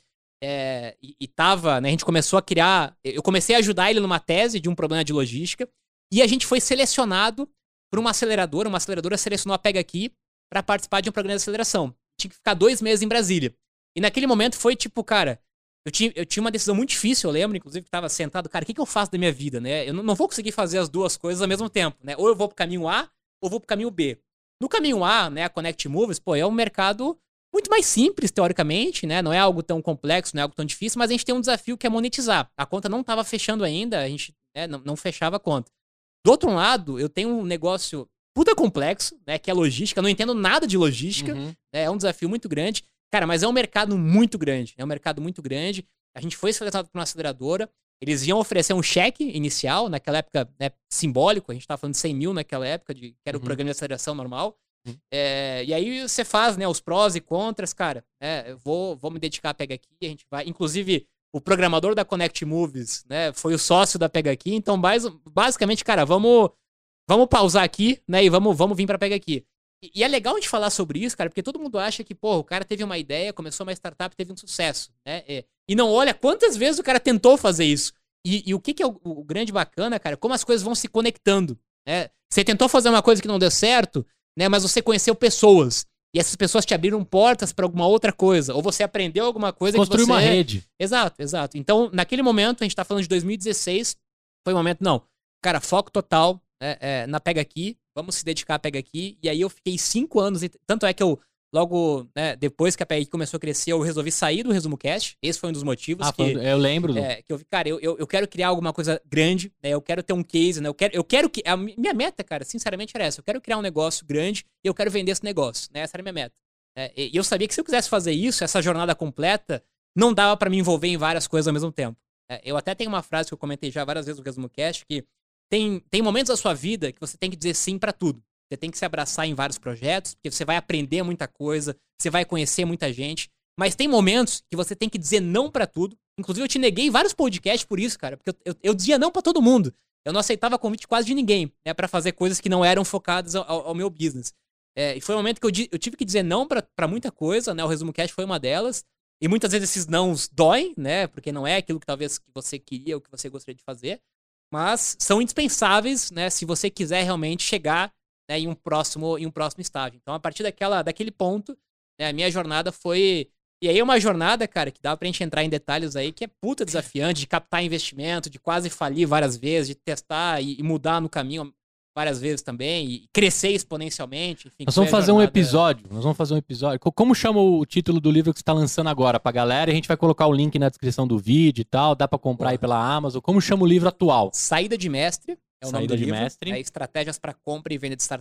É, e, e tava, né? A gente começou a criar... Eu comecei a ajudar ele numa tese de um problema de logística. E a gente foi selecionado por uma aceleradora. Uma aceleradora selecionou a Pega Aqui para participar de um programa de aceleração. Tinha que ficar dois meses em Brasília. E naquele momento foi tipo, cara... Eu tinha, eu tinha uma decisão muito difícil, eu lembro, inclusive, que tava sentado, cara, o que, que eu faço da minha vida, né? Eu não, não vou conseguir fazer as duas coisas ao mesmo tempo, né? Ou eu vou pro caminho A, ou vou pro caminho B. No caminho A, né, a Connect Movies, pô, é um mercado muito mais simples, teoricamente, né? Não é algo tão complexo, não é algo tão difícil, mas a gente tem um desafio que é monetizar. A conta não tava fechando ainda, a gente né, não, não fechava a conta. Do outro lado, eu tenho um negócio puta complexo, né, que é logística, eu não entendo nada de logística, uhum. né, é um desafio muito grande. Cara, mas é um mercado muito grande. É um mercado muito grande. A gente foi selecionado por uma aceleradora. Eles iam oferecer um cheque inicial, naquela época, né, simbólico. A gente tava falando de cem mil naquela época, de, que era uhum. o programa de aceleração normal. Uhum. É, e aí você faz, né, os prós e contras, cara. É, eu vou, vou me dedicar a Pega Aqui. A gente vai. Inclusive, o programador da Connect Movies, né, foi o sócio da Pega Aqui. Então, mais, basicamente, cara, vamos, vamos pausar aqui, né, e vamos, vamos vir pra Pega Aqui. E é legal a gente falar sobre isso, cara, porque todo mundo acha que, pô, o cara teve uma ideia, começou uma startup, teve um sucesso, né? É, e não olha quantas vezes o cara tentou fazer isso. E, e o que, que é o, o grande bacana, cara, como as coisas vão se conectando, né? Você tentou fazer uma coisa que não deu certo, né? Mas você conheceu pessoas. E essas pessoas te abriram portas pra alguma outra coisa. Ou você aprendeu alguma coisa Construiu que você... uma rede. Exato, exato. Então, naquele momento, a gente tá falando de dois mil e dezesseis, foi um momento, não, cara, foco total né, é, na Pega Aqui. Vamos se dedicar a Pega Aqui. E aí eu fiquei cinco anos. Tanto é que eu, logo, né, depois que a Pega Aqui começou a crescer, eu resolvi sair do Resumo Cast. Esse foi um dos motivos. Ah, que, eu lembro. É, que eu vi, cara, eu, eu, eu quero criar alguma coisa grande, né? Eu quero ter um case, né? Eu quero, eu quero que. A minha meta, cara, sinceramente, era essa. Eu quero criar um negócio grande e eu quero vender esse negócio, né? Essa era a minha meta. É, e eu sabia que se eu quisesse fazer isso, essa jornada completa, não dava pra me envolver em várias coisas ao mesmo tempo. É, eu até tenho uma frase que eu comentei já várias vezes no Resumo Cast, que Tem, tem momentos da sua vida que você tem que dizer sim pra tudo. Você tem que se abraçar em vários projetos, porque você vai aprender muita coisa, você vai conhecer muita gente. Mas tem momentos que você tem que dizer não pra tudo. Inclusive, eu te neguei vários podcasts por isso, cara. Porque eu, eu, eu dizia não pra todo mundo. Eu não aceitava convite quase de ninguém, né? Pra fazer coisas que não eram focadas ao, ao meu business. É, e foi um momento que eu, eu tive que dizer não pra, pra muita coisa, né? O Resumo Cast foi uma delas. E muitas vezes esses nãos doem, né? Porque não é aquilo que talvez que você queria ou que você gostaria de fazer. Mas são indispensáveis, né, se você quiser realmente chegar né, em, um próximo, em um próximo estágio. Então, a partir daquela, daquele ponto, né, a minha jornada foi... E aí é uma jornada, cara, que dá pra gente entrar em detalhes aí, que é puta desafiante, de captar investimento, de quase falir várias vezes, de testar e, e mudar no caminho várias vezes também, e crescer exponencialmente. Enfim, nós vamos fazer jornada... um episódio, nós vamos fazer um episódio. Como chama o título do livro que você tá lançando agora pra galera? E a gente vai colocar o link na descrição do vídeo e tal, dá pra comprar Porra. aí pela Amazon. Como chama o livro atual? Saída de Mestre, é o Saída nome do de livro. Mestre. É Estratégias para Compra e Venda de Startup.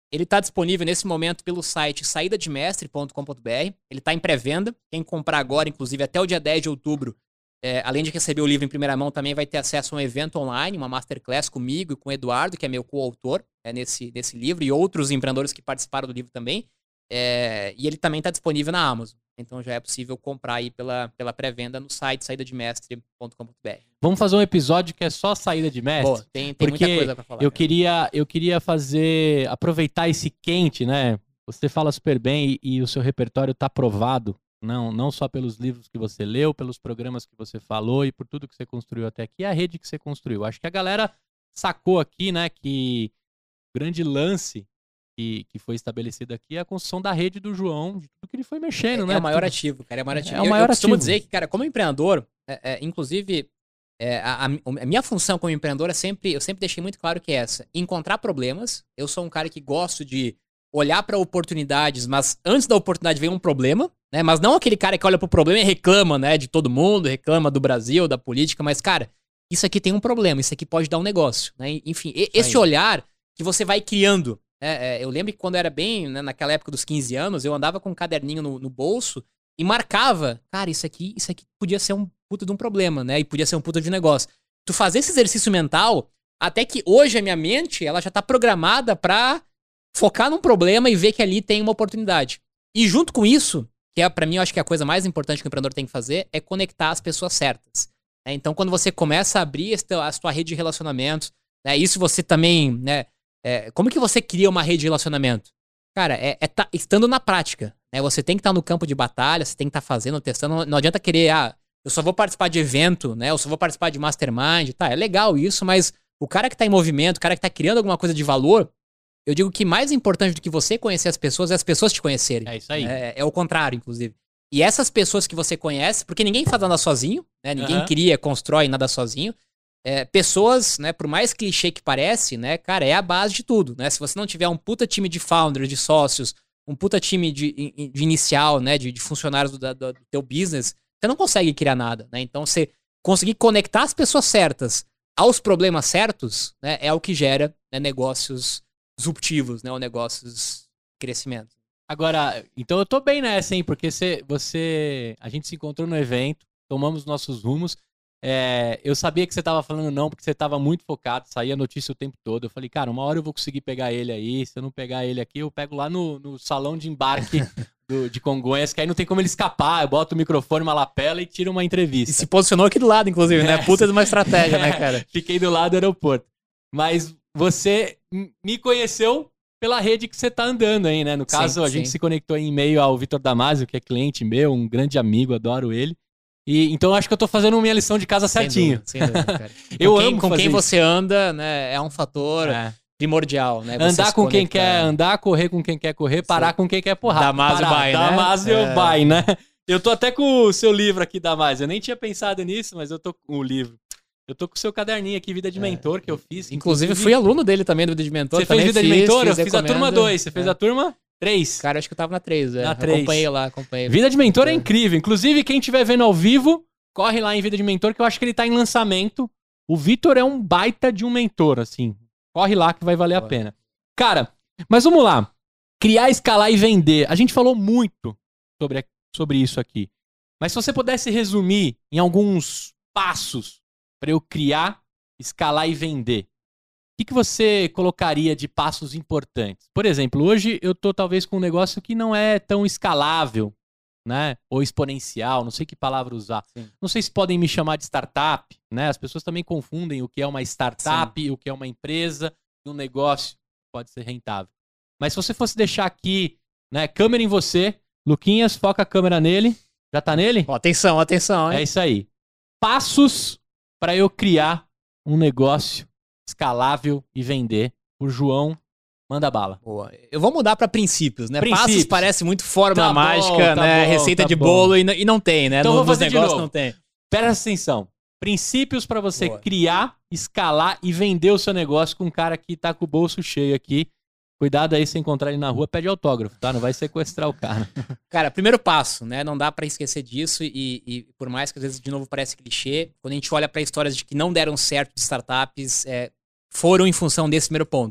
Ele está disponível nesse momento pelo site saída de mestre ponto com ponto b r. Ele está em pré-venda. Quem comprar agora, inclusive até o dia dez de outubro, é, além de receber o livro em primeira mão, também vai ter acesso a um evento online, uma masterclass comigo e com o Eduardo, que é meu coautor é, nesse, nesse livro, e outros empreendedores que participaram do livro também. É, e ele também está disponível na Amazon. Então já é possível comprar aí pela, pela pré-venda no site saída de mestre ponto com ponto b r. Vamos fazer um episódio que é só saída de mestre? Boa, tem, tem muita coisa pra falar. Eu queria, eu queria fazer, aproveitar esse quente, né? Você fala super bem e, e o seu repertório tá provado, não, não só pelos livros que você leu, pelos programas que você falou e por tudo que você construiu até aqui, a rede que você construiu. Acho que a galera sacou aqui, né, que o grande lance Que, que foi estabelecido aqui é a construção da rede do João, de tudo que ele foi mexendo, é, né? É o maior tudo... ativo, cara, é o maior ativo. É o eu, maior eu costumo ativo. dizer que, cara, como empreendedor, é, é, inclusive, é, a, a minha função como empreendedor é sempre, eu sempre deixei muito claro que é essa, encontrar problemas. Eu sou um cara que gosto de olhar para oportunidades, mas antes da oportunidade vem um problema, né? Mas não aquele cara que olha pro problema e reclama, né, de todo mundo, reclama do Brasil, da política, mas, cara, isso aqui tem um problema, isso aqui pode dar um negócio, né? Enfim, e, esse olhar que você vai criando. É, é, eu lembro que quando eu era bem, né, naquela época dos quinze anos, eu andava com um caderninho no, no bolso e marcava, cara, isso aqui, isso aqui podia ser um puta de um problema, né? E podia ser um puta de um negócio. Tu fazer esse exercício mental, até que hoje a minha mente, ela já tá programada pra focar num problema e ver que ali tem uma oportunidade. E junto com isso, que é pra mim, eu acho que a coisa mais importante que o empreendedor tem que fazer é conectar as pessoas certas. Né? Então, quando você começa a abrir a sua rede de relacionamentos, né, isso você também, né? É, como que você cria uma rede de relacionamento? Cara, é, é tá, estando na prática. Né? Você tem que estar tá no campo de batalha, você tem que estar tá fazendo, testando. Não, não adianta querer, ah, eu só vou participar de evento, né? Eu só vou participar de mastermind. Tá, é legal isso, mas o cara que tá em movimento, o cara que tá criando alguma coisa de valor, eu digo que mais importante do que você conhecer as pessoas é as pessoas te conhecerem. É isso aí. É, é o contrário, inclusive. E essas pessoas que você conhece, porque ninguém faz nada sozinho, né? Ninguém Uhum. cria, constrói nada sozinho. É, pessoas, né, por mais clichê que parece, né, cara, é a base de tudo, né? Se você não tiver um puta time de founders, de sócios, um puta time de, de inicial, né, de, de funcionários do, do, do teu business, você não consegue criar nada, né? Então, você conseguir conectar as pessoas certas aos problemas certos, né, é o que gera, né, negócios disruptivos, né, ou negócios de crescimento. Agora, então eu tô bem nessa, hein? Porque você, você, a gente se encontrou no evento, tomamos nossos rumos. É, eu sabia que você tava falando não, porque você tava muito focado, saía notícia o tempo todo. Eu falei, cara, uma hora eu vou conseguir pegar ele aí. Se eu não pegar ele aqui, eu pego lá no, no salão de embarque do, de Congonhas, que aí não tem como ele escapar. Eu boto o microfone, uma lapela e tiro uma entrevista. E se posicionou aqui do lado, inclusive, né? Puta de uma estratégia, né, cara? Fiquei do lado do aeroporto. Mas você me conheceu pela rede que você tá andando aí, né? No caso, sim, a sim. gente se conectou em e-mail ao Vitor Damasio, que é cliente meu, um grande amigo, adoro ele. E, então acho que eu tô fazendo minha lição de casa sem certinho. Dúvida, sem dúvida, cara. eu com amo quem, com quem isso. você anda, né? É um fator é. primordial, né? Você andar com quem quer andar, correr com quem quer correr, parar sim. com quem quer porrar. Damasio Bai, né? Damasio é. Bai, né? Eu tô até com o seu livro aqui, Damasio. Eu nem tinha pensado nisso, mas eu tô com o livro. Eu tô com o seu caderninho aqui, Vida de Mentor, é. que eu fiz. Inclusive, fui aluno dele também, do Vida de Mentor. Você fez Vida fiz, de Mentor? Fiz, eu fiz a turma dois. Você fez é. a turma três. Cara, acho que eu tava na três. É. Na três. Acompanhei lá, acompanhei. Vida de Mentor é incrível. Inclusive, quem estiver vendo ao vivo, corre lá em Vida de Mentor, que eu acho que ele tá em lançamento. O Vitor é um baita de um mentor, assim. Corre lá que vai valer a pena. Cara, mas vamos lá. Criar, escalar e vender. A gente falou muito sobre, sobre isso aqui. Mas se você pudesse resumir em alguns passos para eu criar, escalar e vender, o que, que você colocaria de passos importantes? Por exemplo, hoje eu tô talvez com um negócio que não é tão escalável, né? Ou exponencial, não sei que palavra usar. Sim. Não sei se podem me chamar de startup, né? As pessoas também confundem o que é uma startup, Sim. o que é uma empresa, um negócio que pode ser rentável. Mas se você fosse deixar aqui, né, câmera em você, Luquinhas, foca a câmera nele. Já tá nele? Oh, atenção, atenção, hein? É isso aí. Passos para eu criar um negócio escalável e vender. O João manda bala. Boa. Eu vou mudar para princípios, né? Princípios. Passos parece muito fórmula tá mágica, bom, tá né? Bom, Receita tá de bom. bolo e, e não tem, né? Então no, vou fazer nos negócios de novo. não tem. Presta atenção. Princípios para você Boa. criar, escalar e vender o seu negócio com um cara que tá com o bolso cheio aqui. Cuidado aí, se encontrar ele na rua, pede autógrafo, tá? Não vai sequestrar o cara. Cara, primeiro passo, né? Não dá pra esquecer disso e, e por mais que às vezes de novo parece clichê, quando a gente olha pra histórias de que não deram certo de startups, é, foram em função desse primeiro ponto.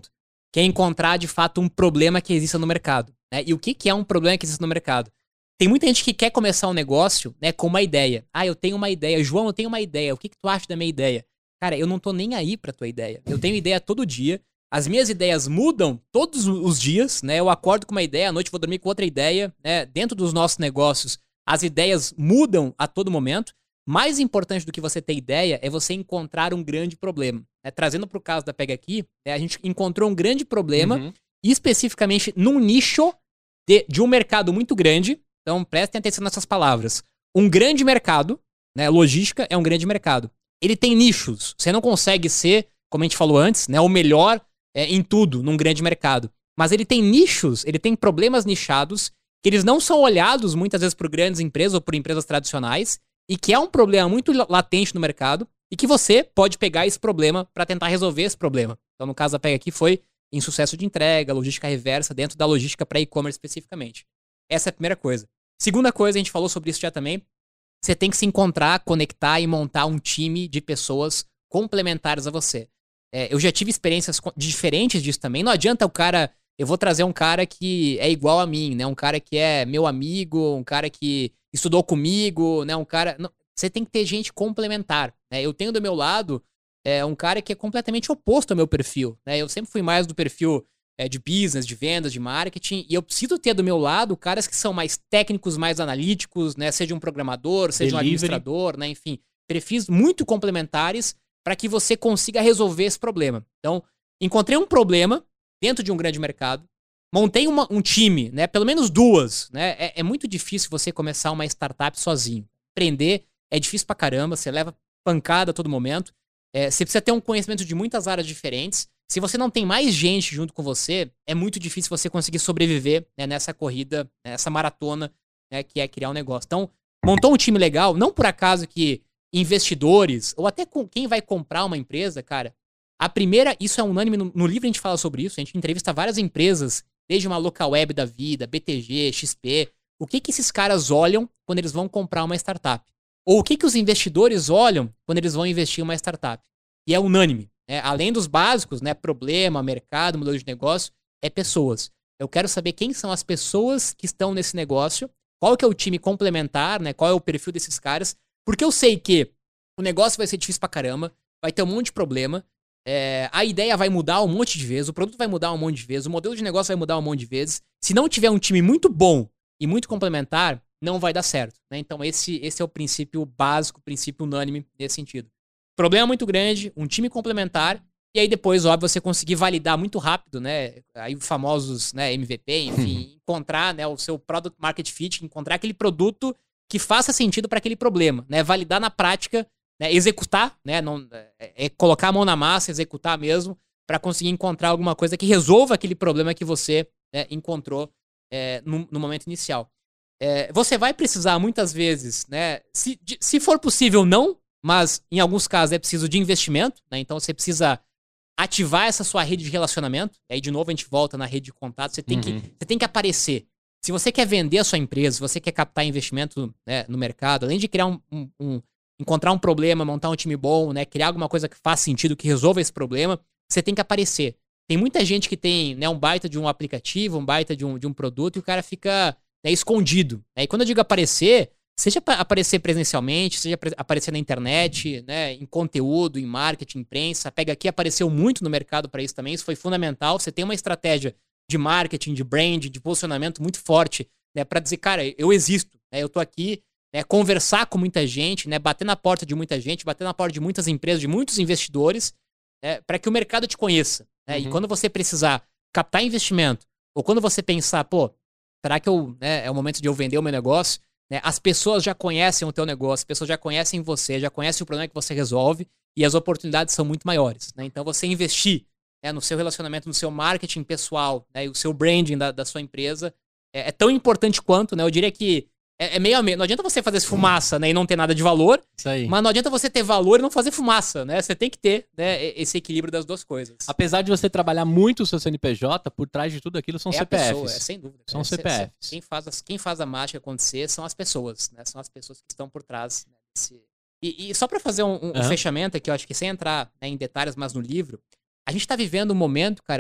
que é encontrar, de fato, um problema que exista no mercado. Né? E o que, que é um problema que existe no mercado? Tem muita gente que quer começar um negócio, né, com uma ideia. Ah, eu tenho uma ideia. João, eu tenho uma ideia. O que, que tu acha da minha ideia? Cara, eu não tô nem aí pra tua ideia. Eu tenho ideia todo dia. As minhas ideias mudam todos os dias, né? Eu acordo com uma ideia, à noite vou dormir com outra ideia, né? Dentro dos nossos negócios, as ideias mudam a todo momento. Mais importante do que você ter ideia é você encontrar um grande problema. Né? Trazendo pro caso da Pega Aqui, né, a gente encontrou um grande problema, uhum. especificamente num nicho de, de um mercado muito grande. Então, prestem atenção nessas palavras. Um grande mercado, né? Logística é um grande mercado. Ele tem nichos. Você não consegue ser, como a gente falou antes, né, o melhor é, em tudo num grande mercado. Mas ele tem nichos, ele tem problemas nichados, que eles não são olhados muitas vezes por grandes empresas ou por empresas tradicionais, e que é um problema muito latente no mercado, e que você pode pegar esse problema para tentar resolver esse problema. Então, no caso da Pega Aqui, foi em sucesso de entrega, logística reversa, dentro da logística para e-commerce especificamente. Essa é a primeira coisa. Segunda coisa, a gente falou sobre isso já também, você tem que se encontrar, conectar e montar um time de pessoas complementares a você. É, eu já tive experiências diferentes disso também. Não adianta o cara... Eu vou trazer um cara que é igual a mim, né? Um cara que é meu amigo, um cara que estudou comigo, né? Um cara... Não, você tem que ter gente complementar. Né? Eu tenho do meu lado é, um cara que é completamente oposto ao meu perfil. Né? Eu sempre fui mais do perfil... É, de business, de vendas, de marketing, e eu preciso ter do meu lado caras que são mais técnicos, mais analíticos, né, seja um programador, seja Delivery. um administrador, né, enfim, perfis muito complementares para que você consiga resolver esse problema. Então, encontrei um problema dentro de um grande mercado, montei uma, um time, né, pelo menos duas, né, é, é muito difícil você começar uma startup sozinho. Empreender é difícil pra caramba, você leva pancada a todo momento, é, você precisa ter um conhecimento de muitas áreas diferentes. Se você não tem mais gente junto com você, é muito difícil você conseguir sobreviver, né, nessa corrida, nessa maratona, né, que é criar um negócio. Então, montou um time legal, não por acaso que investidores, ou até com quem vai comprar uma empresa, cara, a primeira, isso é unânime, no, no livro a gente fala sobre isso, a gente entrevista várias empresas, desde uma local web da vida, B T G, X P, o que que esses caras olham quando eles vão comprar uma startup? Ou o que que os investidores olham quando eles vão investir em uma startup? E é unânime. É, além dos básicos, né, problema, mercado, modelo de negócio, é pessoas. Eu quero saber quem são as pessoas que estão nesse negócio, qual que é o time complementar, né, qual é o perfil desses caras, porque eu sei que o negócio vai ser difícil pra caramba, vai ter um monte de problema, é, a ideia vai mudar um monte de vezes, o produto vai mudar um monte de vezes, o modelo de negócio vai mudar um monte de vezes. Se não tiver um time muito bom e muito complementar, não vai dar certo. Né? Então esse, esse é o princípio básico, o princípio unânime nesse sentido. Problema muito grande, um time complementar, e aí depois, óbvio, você conseguir validar muito rápido, né? Aí os famosos, né, M V P, enfim, encontrar, né, o seu Product Market Fit, encontrar aquele produto que faça sentido para aquele problema, né? Validar na prática, né? Executar, né? Não, é, é colocar a mão na massa, executar mesmo, para conseguir encontrar alguma coisa que resolva aquele problema que você, né, encontrou é, no, no momento inicial. É, você vai precisar muitas vezes, né? Se, de, se for possível, não. Mas, em alguns casos, é preciso de investimento, né? Então, você precisa ativar essa sua rede de relacionamento. E aí, de novo, a gente volta na rede de contato. Você tem, uhum. que, você tem que aparecer. Se você quer vender a sua empresa, se você quer captar investimento, né, no mercado, além de criar um, um, um... encontrar um problema, montar um time bom, né? Criar alguma coisa que faça sentido, que resolva esse problema, você tem que aparecer. Tem muita gente que tem, né, um baita de um aplicativo, um baita de um, de um produto, e o cara fica, né, escondido. Né? E quando eu digo aparecer... Seja aparecer presencialmente, seja aparecer na internet, né, em conteúdo, em marketing, imprensa. Pega Aqui apareceu muito no mercado para isso também. Isso foi fundamental. Você tem uma estratégia de marketing, de brand, de posicionamento muito forte, né, para dizer, cara, eu existo, né, eu tô aqui, né, conversar com muita gente, né, bater na porta de muita gente, bater na porta de muitas empresas, de muitos investidores, né, para que o mercado te conheça. Né, uhum. E quando você precisar captar investimento, ou quando você pensar, pô, será que eu, né, é o momento de eu vender o meu negócio? Né, as pessoas já conhecem o teu negócio, as pessoas já conhecem você, já conhecem o problema que você resolve e as oportunidades são muito maiores. Né? Então você investir, né, no seu relacionamento, no seu marketing pessoal, né, e o seu branding da, da sua empresa é, é tão importante quanto, né? Eu diria que é, é meio a meio. Não adianta você fazer fumaça, né, e não ter nada de valor, isso aí. Mas não adianta você ter valor e não fazer fumaça. Né? Você tem que ter, né, esse equilíbrio das duas coisas. Apesar de você trabalhar muito o seu C N P J, por trás de tudo aquilo são é C P Fs. Pessoa, é, sem dúvida. São é, C P Fs. Quem faz, as, quem faz a mágica acontecer são as pessoas. Né? São as pessoas que estão por trás. Né, desse... e, e só para fazer um, um, uhum. um fechamento aqui, eu acho que sem entrar, né, em detalhes, mas no livro, a gente tá vivendo um momento, cara,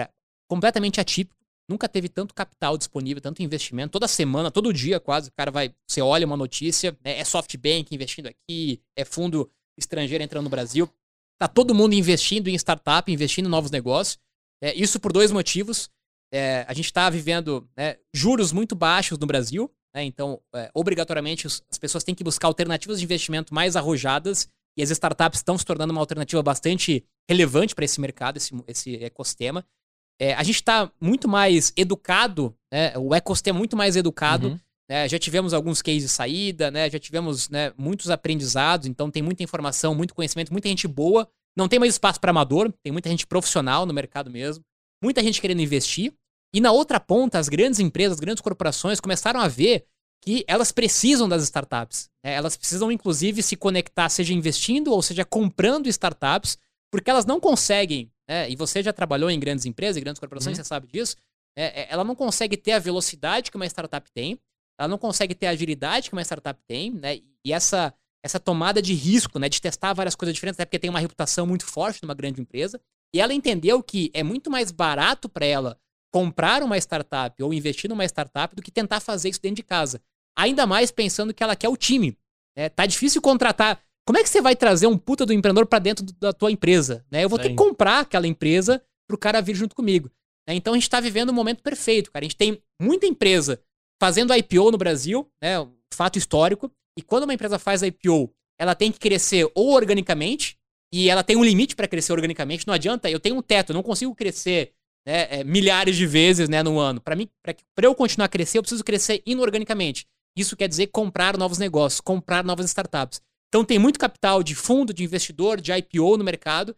completamente atípico. Nunca teve tanto capital disponível, tanto investimento. Toda semana, todo dia quase, o cara vai... Você olha uma notícia, né, é SoftBank investindo aqui, é fundo estrangeiro entrando no Brasil. Tá todo mundo investindo em startup, investindo em novos negócios. É, isso por dois motivos. É, a gente está vivendo, né, juros muito baixos no Brasil, né, então, é, obrigatoriamente, os, as pessoas têm que buscar alternativas de investimento mais arrojadas e as startups estão se tornando uma alternativa bastante relevante para esse mercado, esse, esse ecossistema. É, a gente está muito mais educado, né, o ecossistema é muito mais educado. Uhum. Né, já tivemos alguns cases de saída, né, já tivemos, né, muitos aprendizados, então tem muita informação, muito conhecimento, muita gente boa. Não tem mais espaço para amador, tem muita gente profissional no mercado mesmo. Muita gente querendo investir. E na outra ponta, as grandes empresas, as grandes corporações começaram a ver que elas precisam das startups. Né? Elas precisam, inclusive, se conectar, seja investindo ou seja comprando startups, porque elas não conseguem, né? E você já trabalhou em grandes empresas, em grandes corporações, uhum. Você sabe disso. É, ela não consegue ter a velocidade que uma startup tem, ela não consegue ter a agilidade que uma startup tem, né? E essa, essa tomada de risco, né? De testar várias coisas diferentes, até porque tem uma reputação muito forte numa grande empresa. E ela entendeu que é muito mais barato para ela comprar uma startup ou investir numa startup do que tentar fazer isso dentro de casa. Ainda mais pensando que ela quer o time. Né? Tá difícil contratar. Como é que você vai trazer um puta do empreendedor para dentro da tua empresa? Né? Eu vou Sim. ter que comprar aquela empresa pro cara vir junto comigo. Né? Então a gente tá vivendo um momento perfeito, cara. A gente tem muita empresa fazendo I P O no Brasil, né? Um fato histórico. E quando uma empresa faz I P O, ela tem que crescer ou organicamente, e ela tem um limite para crescer organicamente. Não adianta, eu tenho um teto, eu não consigo crescer, né, é, milhares de vezes, né, no ano. Para mim, para eu continuar a crescer, eu preciso crescer inorganicamente. Isso quer dizer comprar novos negócios, comprar novas startups. Então tem muito capital de fundo, de investidor, de I P O no mercado,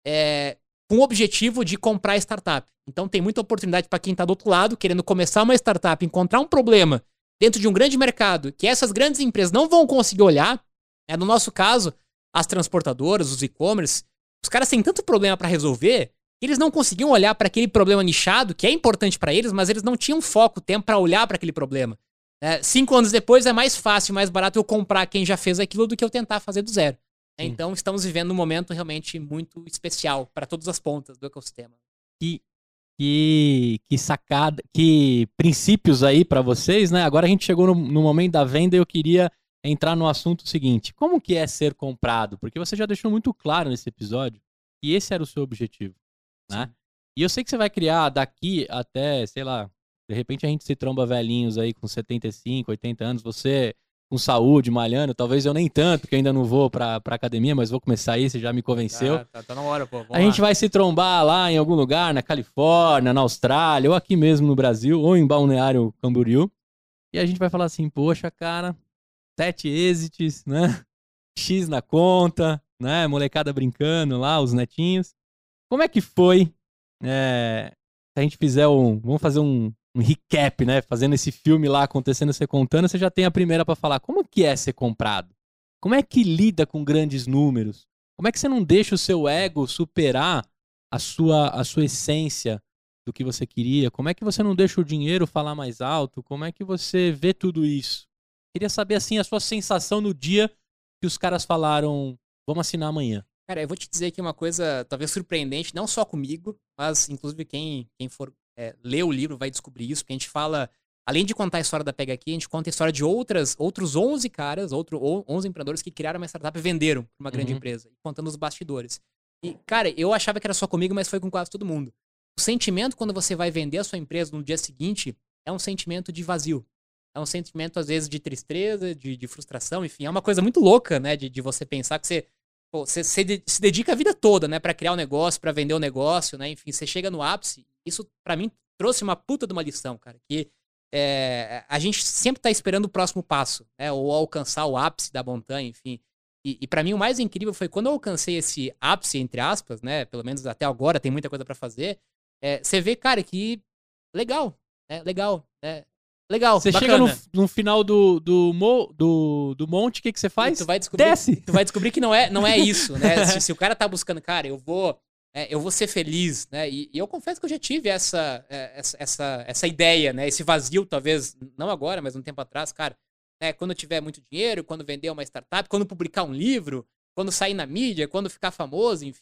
é, com o objetivo de comprar startup. Então tem muita oportunidade para quem está do outro lado, querendo começar uma startup, encontrar um problema dentro de um grande mercado que essas grandes empresas não vão conseguir olhar. Né? No nosso caso, as transportadoras, os e-commerce, os caras têm tanto problema para resolver que eles não conseguiam olhar para aquele problema nichado, que é importante para eles, mas eles não tinham foco, tempo para olhar para aquele problema. É, cinco anos depois é mais fácil, mais barato eu comprar quem já fez aquilo do que eu tentar fazer do zero. É, então estamos vivendo um momento realmente muito especial para todas as pontas do ecossistema. Que, que, que sacada, que princípios aí para vocês, né? Agora a gente chegou no, no momento da venda e eu queria entrar no assunto seguinte. Como que é ser comprado? Porque você já deixou muito claro nesse episódio que esse era o seu objetivo, né? E eu sei que você vai criar daqui até, sei lá, de repente a gente se tromba velhinhos aí com setenta e cinco, oitenta anos, você com saúde, malhando, talvez eu nem tanto, porque eu ainda não vou pra, pra academia, mas vou começar aí, você já me convenceu. Ah, tá, tá na hora, pô. Vamos a lá. gente vai se trombar lá em algum lugar, na Califórnia, na Austrália, ou aqui mesmo no Brasil, ou em Balneário Camboriú, e a gente vai falar assim, poxa, cara, sete exits, né? X na conta, né? Molecada brincando lá, os netinhos. Como é que foi? É, se a gente fizer um... Vamos fazer um, um recap, né? Fazendo esse filme lá acontecendo, você contando, você já tem a primeira pra falar. Como que é ser comprado? Como é que lida com grandes números? Como é que você não deixa o seu ego superar a sua, a sua essência do que você queria? Como é que você não deixa o dinheiro falar mais alto? Como é que você vê tudo isso? Queria saber, assim, a sua sensação no dia que os caras falaram, vamos assinar amanhã. Cara, eu vou te dizer aqui uma coisa talvez surpreendente, não só comigo, mas inclusive quem, quem for é, ler o livro vai descobrir isso, porque a gente fala, além de contar a história da Pega Aqui, a gente conta a história de outras, outros onze caras, outro, onze empreendedores que criaram uma startup e venderam para uma grande uhum. empresa, contando os bastidores. E, cara, eu achava que era só comigo, mas foi com quase todo mundo. O sentimento quando você vai vender a sua empresa no dia seguinte é um sentimento de vazio. É um sentimento, às vezes, de tristeza, de, de frustração, enfim. É uma coisa muito louca, né? De, de você pensar que você, pô, você, você de, se dedica a vida toda, né? Pra criar um negócio, pra vender um negócio, né? Enfim, você chega no ápice. Isso, pra mim, trouxe uma puta de uma lição, cara. Que é, a gente sempre tá esperando o próximo passo, né? Ou alcançar o ápice da montanha, enfim. E, e pra mim, o mais incrível foi quando eu alcancei esse ápice, entre aspas, né? Pelo menos até agora, tem muita coisa pra fazer. É, você vê, cara, que legal, né? Legal, né? Legal, você bacana. chega no, no final do, do, mo, do, do monte, o que, que você faz? Tu vai descobrir, Desce! Tu vai descobrir que não é, não é isso, né? se, se o cara tá buscando, cara, eu vou, é, eu vou ser feliz, né? E, e eu confesso que eu já tive essa, essa, essa, essa ideia, né? Esse vazio, talvez, não agora, mas um tempo atrás, cara. Né? Quando eu tiver muito dinheiro, quando vender uma startup, quando publicar um livro, quando sair na mídia, quando ficar famoso, enfim.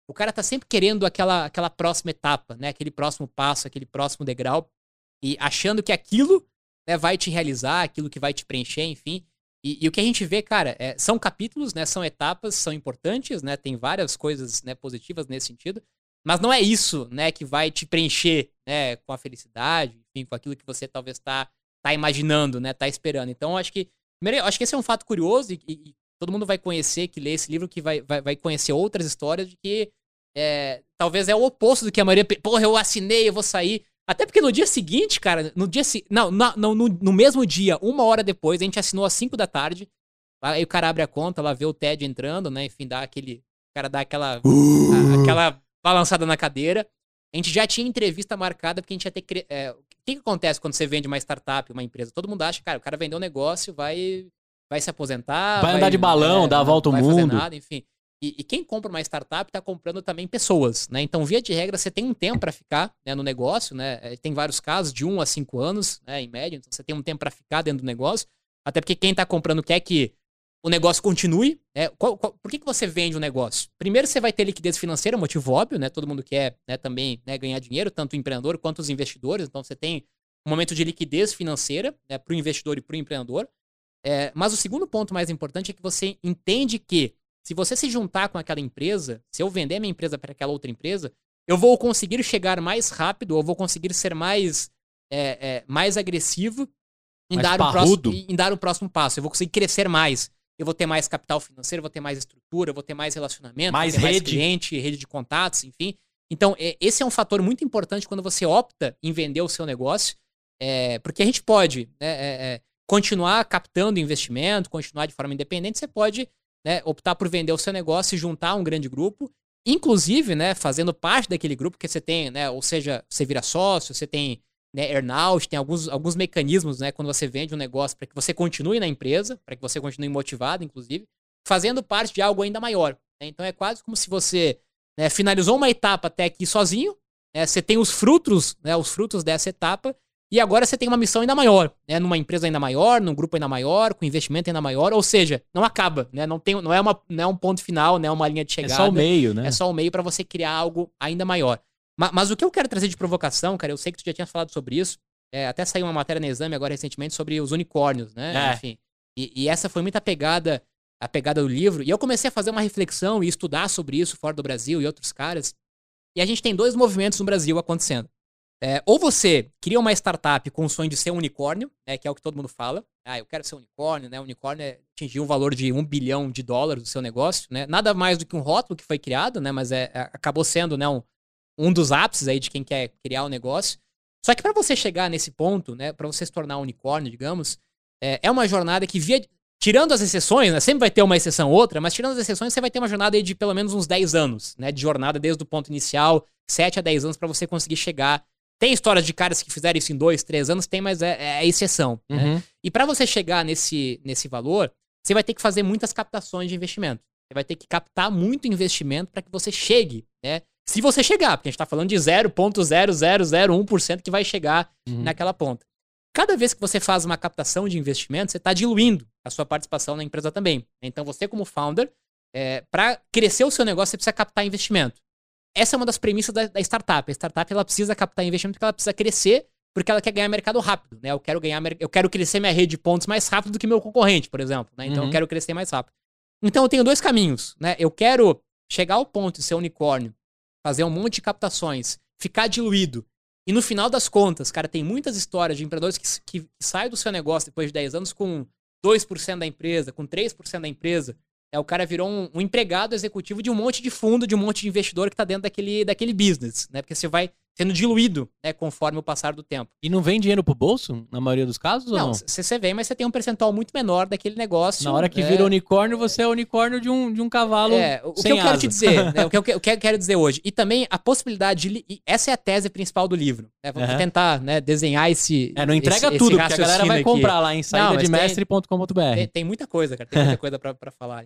o cara tá sempre querendo aquela, aquela próxima etapa, né? Aquele próximo passo, aquele próximo degrau. E achando que aquilo, né, vai te realizar, aquilo que vai te preencher, enfim. E, e o que a gente vê, cara, é, são capítulos, né? São etapas, são importantes, né? Tem várias coisas, né, positivas nesse sentido. Mas não é isso, né, que vai te preencher, né, com a felicidade, enfim, com aquilo que você talvez tá, tá imaginando, né? Tá esperando. Então, eu acho que... Primeiro, eu acho que esse é um fato curioso e, e todo mundo vai conhecer, que lê esse livro, que vai, vai, vai conhecer outras histórias de que é, talvez é o oposto do que a maioria... Porra, eu assinei, eu vou sair. Até porque no dia seguinte, cara, no dia se... não, não, não no, no mesmo dia, uma hora depois, a gente assinou às cinco da tarde. Aí o cara abre a conta, lá vê o Ted entrando, né? Enfim, dá aquele... O cara dá aquela... Uh. a, aquela balançada na cadeira. A gente já tinha entrevista marcada, porque a gente ia ter... Cre... É, o que, que acontece quando você vende uma startup, uma empresa? Todo mundo acha, cara, o cara vendeu um negócio, vai... Vai se aposentar. Vai, vai andar de balão, é, dar a volta ao mundo. Não vai fazer nada, enfim. E, e quem compra uma startup tá comprando também pessoas, né? Então, via de regra, você tem um tempo para ficar, né, no negócio, né? Tem vários casos de um a cinco anos, né, em média. Então, você tem um tempo para ficar dentro do negócio. Até porque quem tá comprando quer que o negócio continue. Né? Qual, qual, por que, que você vende um negócio? Primeiro, você vai ter liquidez financeira, motivo óbvio, né? Todo mundo quer, né, também, né, ganhar dinheiro, tanto o empreendedor quanto os investidores. Então, você tem um momento de liquidez financeira, né, para o investidor e para o empreendedor. É, mas o segundo ponto mais importante é que você entende que se você se juntar com aquela empresa, se eu vender minha empresa para aquela outra empresa, eu vou conseguir chegar mais rápido, ou vou conseguir ser mais, é, é, mais agressivo em, mais dar um próximo, em dar o próximo passo. Eu vou conseguir crescer mais. Eu vou ter mais capital financeiro, vou ter mais estrutura, vou ter mais relacionamento, mais vou ter rede. mais cliente, rede de contatos, enfim. Então, é, esse é um fator muito importante quando você opta em vender o seu negócio, é, porque a gente pode... Né, é, é, continuar captando investimento, continuar de forma independente, você pode, né, optar por vender o seu negócio e juntar a um grande grupo, inclusive, né, fazendo parte daquele grupo que você tem, né, ou seja, você vira sócio, você tem, né, earn-out, tem alguns, alguns mecanismos, né, quando você vende um negócio para que você continue na empresa, para que você continue motivado, inclusive, fazendo parte de algo ainda maior. Né? Então é quase como se você, né, finalizou uma etapa até aqui sozinho, né, você tem os frutos, né, os frutos dessa etapa. E agora você tem uma missão ainda maior, né? Numa empresa ainda maior, num grupo ainda maior, com investimento ainda maior, ou seja, não acaba, né? Não, tem, não, é, uma, não é um ponto final, não é uma linha de chegada. É só o meio, né? É só o meio para você criar algo ainda maior. Mas, mas o que eu quero trazer de provocação, cara, eu sei que tu já tinha falado sobre isso, é, até saiu uma matéria no Exame agora recentemente sobre os unicórnios, né? É. Enfim. E, e essa foi muito a pegada, a pegada do livro. E eu comecei a fazer uma reflexão e estudar sobre isso fora do Brasil e outros caras. E a gente tem dois movimentos no Brasil acontecendo. É, ou você cria uma startup com o sonho de ser um unicórnio, né, que é o que todo mundo fala. Ah, eu quero ser um unicórnio, né? O unicórnio é atingir um valor de um bilhão de dólares do seu negócio, né? Nada mais do que um rótulo que foi criado, né? Mas é, é, acabou sendo, né, um, um dos ápices aí de quem quer criar o um negócio. Só que para você chegar nesse ponto, né, para você se tornar um unicórnio, digamos, é, é uma jornada que via... Tirando as exceções, né? Sempre vai ter uma exceção ou outra, mas tirando as exceções, você vai ter uma jornada aí de pelo menos uns dez anos, né? De jornada desde o ponto inicial, sete a dez anos para você conseguir chegar. Tem histórias de caras que fizeram isso em dois, três anos, tem, mas é, é exceção. Uhum. Né? E para você chegar nesse, nesse valor, você vai ter que fazer muitas captações de investimento. Você vai ter que captar muito investimento para que você chegue, né? Se você chegar, porque a gente tá falando de zero vírgula zero zero zero um por cento que vai chegar uhum. naquela ponta. Cada vez que você faz uma captação de investimento, você está diluindo a sua participação na empresa também. Então você, como founder, é, para crescer o seu negócio, você precisa captar investimento. Essa é uma das premissas da, da startup. A startup ela precisa captar investimento porque ela precisa crescer, porque ela quer ganhar mercado rápido. Né? Eu quero ganhar, eu quero crescer minha rede de pontos mais rápido do que meu concorrente, por exemplo. Né? Então uhum. eu quero crescer mais rápido. Então eu tenho dois caminhos. Né? Eu quero chegar ao ponto de ser unicórnio, fazer um monte de captações, ficar diluído. E no final das contas, cara, tem muitas histórias de empreendedores que, que, que saem do seu negócio depois de dez anos com dois por cento da empresa, com três por cento da empresa. É, o cara virou um, um empregado executivo de um monte de fundo, de um monte de investidor que tá dentro daquele, daquele business, né? Porque você vai sendo diluído, né, conforme o passar do tempo. E não vem dinheiro pro bolso, na maioria dos casos, não, ou não? Você, você vem, mas você tem um percentual muito menor daquele negócio. Na hora que é... vira unicórnio, você é unicórnio de um, de um cavalo é, o sem que eu asa. quero te dizer, né, o que eu, o que eu quero dizer hoje. E também a possibilidade de... E essa é a tese principal do livro. Né? Vamos uhum. tentar, né, desenhar esse É, não entrega esse, tudo, esse porque a galera vai comprar aqui. lá em saída de mestre ponto com ponto b r. Tem, tem muita coisa, cara. Tem muita coisa pra, pra falar.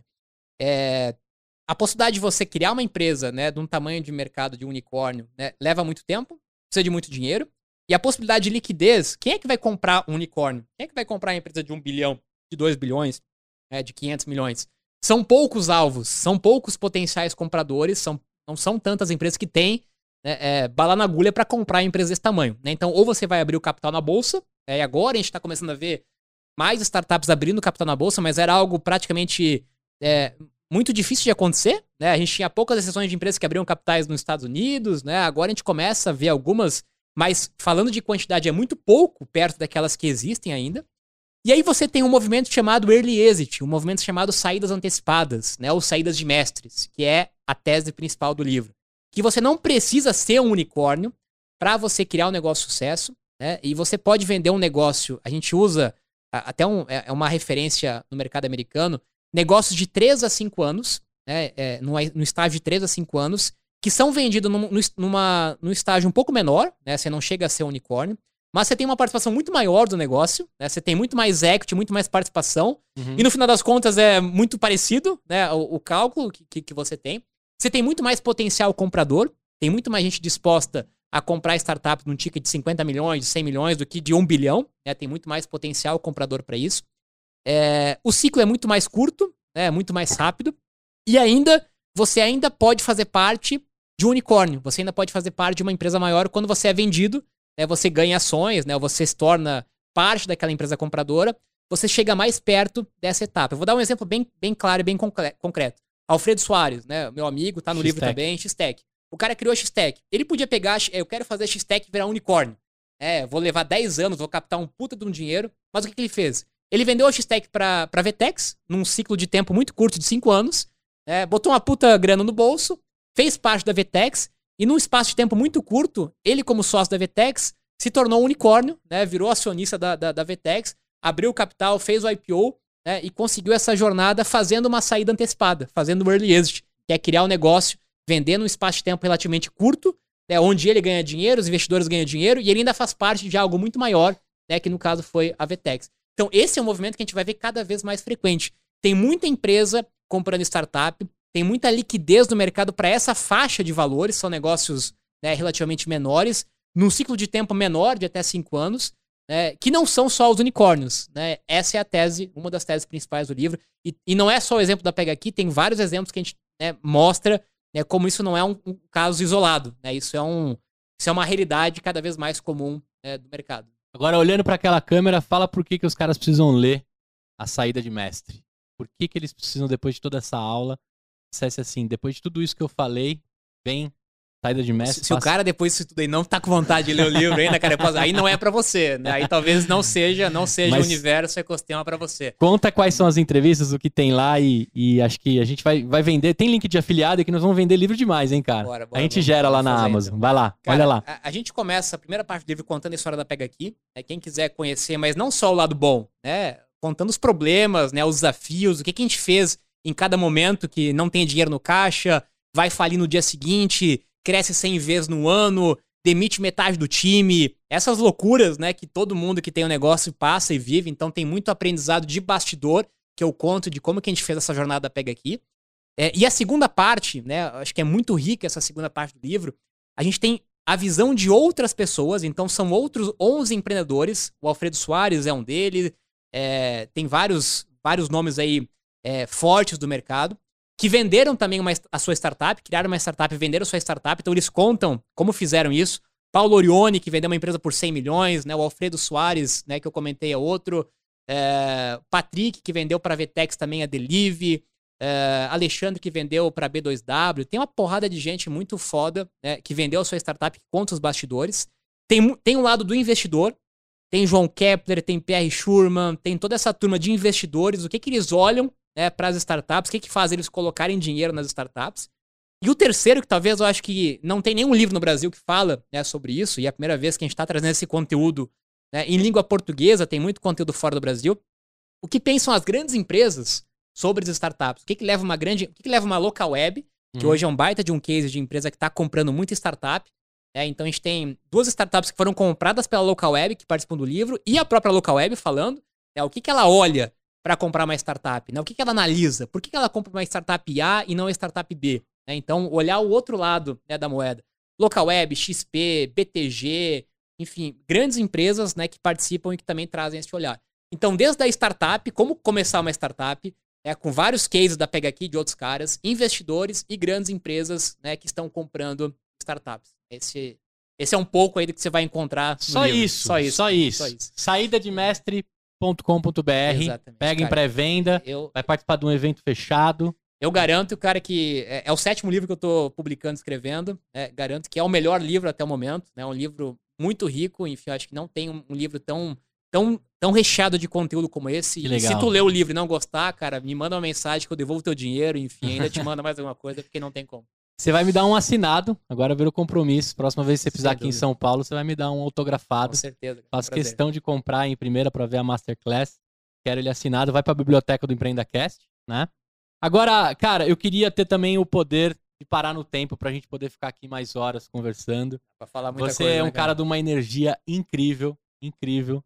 É... A possibilidade de você criar uma empresa, né, de um tamanho de mercado de unicórnio, né, leva muito tempo, precisa de muito dinheiro. E a possibilidade de liquidez, quem é que vai comprar um unicórnio? Quem é que vai comprar uma empresa de um bilhão, de dois bilhões, né, de quinhentos milhões? São poucos alvos, são poucos potenciais compradores, são não são tantas empresas que têm né, é, bala na agulha para comprar empresas desse tamanho. Né? Então, ou você vai abrir o capital na bolsa, é, e agora a gente está começando a ver mais startups abrindo capital na bolsa, mas era algo praticamente é, muito difícil de acontecer. Né? A gente tinha poucas exceções de empresas que abriam capitais nos Estados Unidos, né? Agora a gente começa a ver algumas, mas falando de quantidade é muito pouco perto daquelas que existem ainda. E aí você tem um movimento chamado Early Exit, um movimento chamado saídas antecipadas, né? Ou saídas de mestres, que é a tese principal do livro. Que você não precisa ser um unicórnio para você criar um negócio de sucesso, né? E você pode vender um negócio, a gente usa até um, é uma referência no mercado americano, negócios de três a cinco anos, né? É, no, no estágio de três a cinco anos, que são vendidos num, numa, num estágio um pouco menor, né? Você não chega a ser um unicórnio, mas você tem uma participação muito maior do negócio, né? Você tem muito mais equity, muito mais participação. Uhum. E no final das contas é muito parecido, né? O, o cálculo que, que você tem. Você tem muito mais potencial comprador. Tem muito mais gente disposta a comprar startup num ticket de cinquenta milhões, de cem milhões, do que de um bilhão. Né? Tem muito mais potencial comprador para isso. É, o ciclo é muito mais curto, né? Muito mais rápido. E ainda, você ainda pode fazer parte de um unicórnio. Você ainda pode fazer parte de uma empresa maior quando você é vendido. Né, você ganha ações, né, você se torna parte daquela empresa compradora, você chega mais perto dessa etapa. Eu vou dar um exemplo bem, bem claro e bem concreto. Alfredo Soares, né, meu amigo, tá no livro também, X-Tech. O cara criou a X-Tech. Ele podia pegar, eu quero fazer a X-Tech virar um unicórnio. É, vou levar dez anos, vou captar um puta de um dinheiro. Mas o que, que ele fez? Ele vendeu a X-Tech pra, pra Vetex, num ciclo de tempo muito curto, de cinco anos, é, botou uma puta grana no bolso, fez parte da Vetex, e num espaço de tempo muito curto, ele como sócio da Vetex se tornou um unicórnio, né? Virou acionista da, da, da Vetex, abriu o capital, fez o I P O, né? E conseguiu essa jornada fazendo uma saída antecipada, fazendo o early exit, que é criar um negócio, vender num espaço de tempo relativamente curto, né? Onde ele ganha dinheiro, os investidores ganham dinheiro, e ele ainda faz parte de algo muito maior, né? Que no caso foi a Vetex. Então esse é um movimento que a gente vai ver cada vez mais frequente. Tem muita empresa comprando startup, tem muita liquidez no mercado para essa faixa de valores, são negócios né, relativamente menores, num ciclo de tempo menor, de até cinco anos, né, que não são só os unicórnios. Né? Essa é a tese, uma das teses principais do livro. E, e não é só o exemplo da Pega Aqui, tem vários exemplos que a gente né, mostra né, como isso não é um, um caso isolado. Né? Isso, é um, isso é uma realidade cada vez mais comum né, do mercado. Agora, olhando para aquela câmera, fala por que, que os caras precisam ler A Saída de Mestre. Por que, que eles precisam, depois de toda essa aula, dissesse assim, depois de tudo isso que eu falei, vem Saída de Mestre. Se, se o cara depois disso tudo aí não tá com vontade de ler o livro ainda, cara, aí não é pra você, né? Aí talvez não seja, não seja o universo ecossistema pra você. Conta quais são as entrevistas, o que tem lá e, e acho que a gente vai, vai vender. Tem link de afiliado e que nós vamos vender livro demais, hein, cara? Bora, bora, a gente vamos, gera lá na Amazon. Então. Vai lá, cara, olha lá. A, a gente começa a primeira parte do livro contando a história da Pega Aqui. Né? Quem quiser conhecer, mas não só o lado bom, né? Contando os problemas, né? Os desafios, o que, que a gente fez em cada momento que não tem dinheiro no caixa, vai falir no dia seguinte, cresce cem vezes no ano, demite metade do time. Essas loucuras, né, que todo mundo que tem um negócio passa e vive. Então tem muito aprendizado de bastidor que eu conto de como que a gente fez essa jornada Pega Aqui. É, e a segunda parte, né, acho que é muito rica essa segunda parte do livro, a gente tem a visão de outras pessoas. Então são outros onze empreendedores. O Alfredo Soares é um deles. É, tem vários, vários nomes aí É, fortes do mercado, que venderam também uma, a sua startup, criaram uma startup e venderam a sua startup, então eles contam como fizeram isso. Paulo Orione, que vendeu uma empresa por cem milhões, né? O Alfredo Soares, né, que eu comentei, é outro. É, Patrick, que vendeu para a Vetex também a Delive. É, Alexandre, que vendeu para a B dois W. Tem uma porrada de gente muito foda né, que vendeu a sua startup, que conta os bastidores. Tem, tem um lado do investidor, tem João Kepler, tem P R Schurman, tem toda essa turma de investidores, o que, que eles olham né, para as startups, o que, que faz eles colocarem dinheiro nas startups. E o terceiro, que talvez eu acho que não tem nenhum livro no Brasil que fala né, sobre isso, e é a primeira vez que a gente está trazendo esse conteúdo né, em língua portuguesa, tem muito conteúdo fora do Brasil. O que pensam as grandes empresas sobre as startups? O que, que leva uma grande, o que, que leva uma local web, que uhum. hoje é um baita de um case de empresa que está comprando muita startup. Né, então a gente tem duas startups que foram compradas pela local web, que participam do livro, e a própria local web falando né, o que, que ela olha para comprar uma startup, né? O que, que ela analisa? Por que, que ela compra uma startup A e não uma startup B? Né? Então, olhar o outro lado né, da moeda. Local Web, X P, B T G, enfim, grandes empresas né, que participam e que também trazem esse olhar. Então, desde a startup, como começar uma startup, é, com vários cases da Pega Aqui de outros caras, investidores e grandes empresas, né, que estão comprando startups. Esse, esse é um pouco aí do que você vai encontrar no Só livro. isso, Só isso. Só isso. Só isso. saída de mestre ponto com ponto b r, Exatamente, pega cara, em pré-venda, eu, vai participar de um evento fechado. Eu garanto, cara, que é, é o sétimo livro que eu tô publicando, escrevendo. É, garanto que é o melhor livro até o momento. É né, um livro muito rico. Enfim, acho que não tem um, um livro tão, tão, tão recheado de conteúdo como esse. Que E legal. se tu ler o livro e não gostar, cara, me manda uma mensagem que eu devolvo teu dinheiro. Enfim, ainda te manda mais alguma coisa, porque não tem como. Você vai me dar um assinado, agora vira o compromisso. Próxima vez que você pisar Sem aqui em dúvida. São Paulo, você vai me dar um autografado. Com certeza. Cara, Faço prazer. questão de comprar em primeira para ver a Masterclass. Quero ele assinado. Vai para a biblioteca do EmpreendaCast, né? Agora, cara, eu queria ter também o poder de parar no tempo pra gente poder ficar aqui mais horas conversando. Pra falar muita Você coisa, é um né, cara de uma energia incrível, incrível.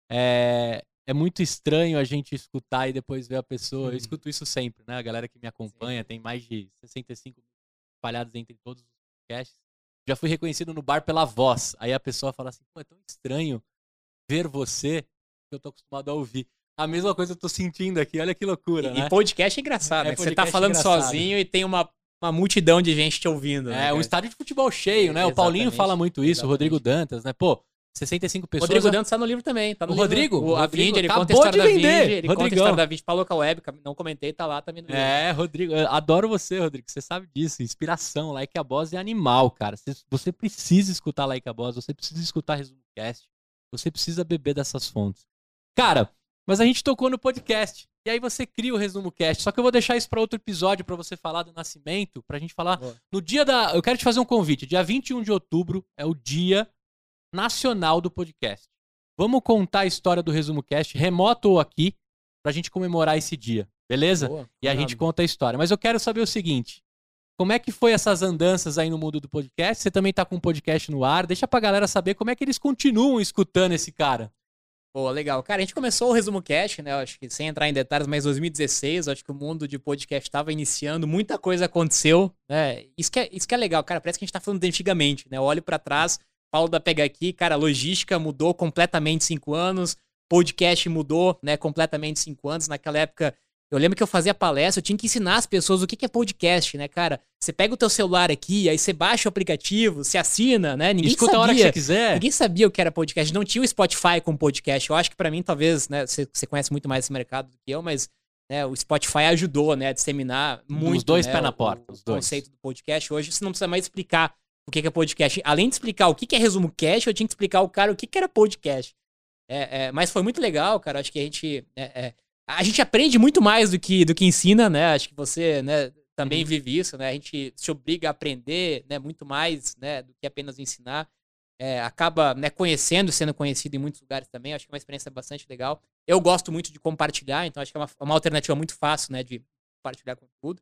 É, é muito estranho a gente escutar e depois ver a pessoa. Uhum. Eu escuto isso sempre, né? A galera que me acompanha, Sim. tem mais de sessenta e cinco espalhados entre todos os podcasts. Já fui reconhecido no bar pela voz. Aí a pessoa fala assim, pô, é tão estranho ver você que eu tô acostumado a ouvir. A mesma coisa eu tô sentindo aqui, olha que loucura, E, né? e podcast é engraçado, É, né? Você tá podcast falando engraçado. sozinho e tem uma, uma multidão de gente te ouvindo. né, É, um cara? estádio de futebol cheio, né? O Exatamente, Paulinho fala muito isso, o Rodrigo exatamente. Dantas, né? Pô, sessenta e cinco pessoas... Rodrigo Dantas tá no livro também. Tá no O livro. Rodrigo? O, a Rodrigo Vindy, ele acabou conta a história de da vender. Vindy. Ele conta a Rodrigão. história da Vindy. Falou com a web, não comentei, tá lá também no livro. É, Rodrigo, eu adoro você, Rodrigo, você sabe disso, inspiração, Like a Boss é animal, cara, você, você precisa escutar Like a Boss, você precisa escutar Resumo Cast, você precisa beber dessas fontes. Cara, mas a gente tocou no podcast, e aí você cria o Resumo Cast, só que eu vou deixar isso pra outro episódio, pra você falar do nascimento, pra gente falar Boa. no dia da... Eu quero te fazer um convite, dia vinte e um de outubro é o dia nacional do podcast. Vamos contar a história do Resumo Cast, remoto ou aqui, pra gente comemorar esse dia, beleza? Boa, E a combinado. gente conta a história. Mas eu quero saber o seguinte, como é que foi essas andanças aí no mundo do podcast? Você também tá com um podcast no ar, deixa pra galera saber como é que eles continuam escutando esse cara. Pô, legal. Cara, a gente começou o Resumo Cast, né? Eu acho que sem entrar em detalhes, mas dois mil e dezesseis, eu acho que o mundo de podcast estava iniciando, muita coisa aconteceu, né? Isso que, é, isso que é legal, cara. Parece que a gente tá falando de antigamente, né? Eu olho pra trás, falo da Pega Aqui, cara, a logística mudou completamente em cinco anos, podcast mudou, né, completamente em cinco anos. Naquela época, eu lembro que eu fazia palestra, eu tinha que ensinar as pessoas o que é podcast, né, cara? Você pega o teu celular aqui, aí você baixa o aplicativo, você assina, né? Ninguém Escuta sabia. a hora que você quiser. Ninguém sabia o que era podcast. Não tinha o Spotify com podcast. Eu acho que pra mim, talvez, né, você, você conhece muito mais esse mercado do que eu, mas né, o Spotify ajudou, né, a disseminar muito. Os dois né, pés na o- porta, o os dois. conceito do podcast. Hoje você não precisa mais explicar o que que é podcast. Além de explicar o que que é Resumo Cast, eu tinha que explicar o cara o que que era podcast. É, é, mas foi muito legal, cara. Acho que a gente... é, é, a gente aprende muito mais do que, do que ensina, né? Acho que você, né, também Uhum. vive isso, né? A gente se obriga a aprender, né, muito mais, né, do que apenas ensinar. É, acaba, né, conhecendo, sendo conhecido em muitos lugares também. Acho que é uma experiência bastante legal. Eu gosto muito de compartilhar, então acho que é uma, uma alternativa muito fácil, né, de compartilhar conteúdo.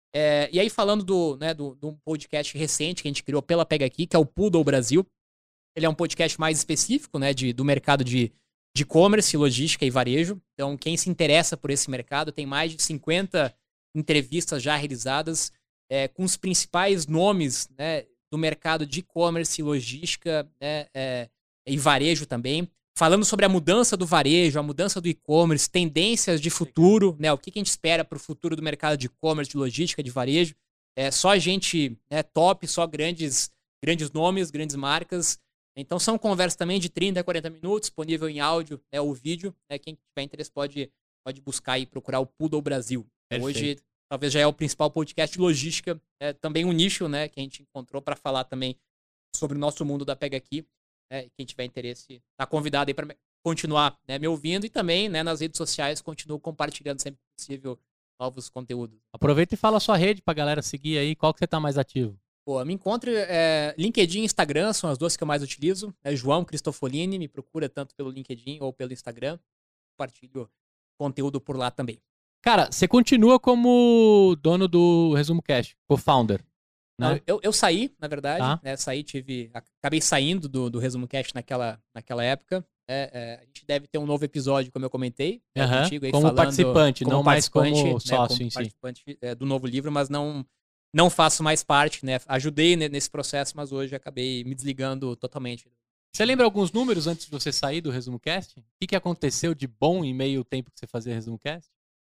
É, e aí, falando do, né, do, do podcast recente que a gente criou pela Pega Aqui, que é o Poodle Brasil. Ele é um podcast mais específico, né, de, do mercado de de e-commerce, logística e varejo. Então, quem se interessa por esse mercado, tem mais de cinquenta entrevistas já realizadas é, com os principais nomes, né, do mercado de e-commerce, logística, né, é, e varejo também. Falando sobre a mudança do varejo, a mudança do e-commerce, tendências de futuro, né, o que, que a gente espera para o futuro do mercado de e-commerce, de logística, de varejo. É, só gente, né, top, só grandes, grandes nomes, grandes marcas. Então são conversas também de trinta a quarenta minutos, disponível em áudio, né, ou vídeo. Né, quem tiver interesse pode, pode buscar e procurar o Poodle Brasil. Perfeito. Hoje talvez já é o principal podcast de logística, é, também um nicho, né, que a gente encontrou para falar também sobre o nosso mundo da Pega Aqui. Né, quem tiver interesse está convidado aí para continuar, né, me ouvindo e também, né, nas redes sociais continuo compartilhando sempre que possível novos conteúdos. Aproveita e fala a sua rede pra galera seguir aí, qual que você tá mais ativo? Pô, me encontre é, LinkedIn e Instagram, são as duas que eu mais utilizo. É João Cristofolini, me procura tanto pelo LinkedIn ou pelo Instagram. Compartilho conteúdo por lá também. Cara, você continua como dono do Resumo Cast, co-founder, né? Não, eu, eu saí, na verdade, Tá. né, saí, tive, acabei saindo do, do Resumo Cast naquela, naquela época. É, é, a gente deve ter um novo episódio, como eu comentei, né, Aham, contigo aí, como falando, participante, não mais como participante, sócio né, como em si. participante é, do novo livro, mas não, não faço mais parte, né? Ajudei ne- nesse processo, mas hoje acabei me desligando totalmente. Você lembra alguns números antes de você sair do Resumo Cast? O que, que aconteceu de bom em meio tempo que você fazia Resumo Cast?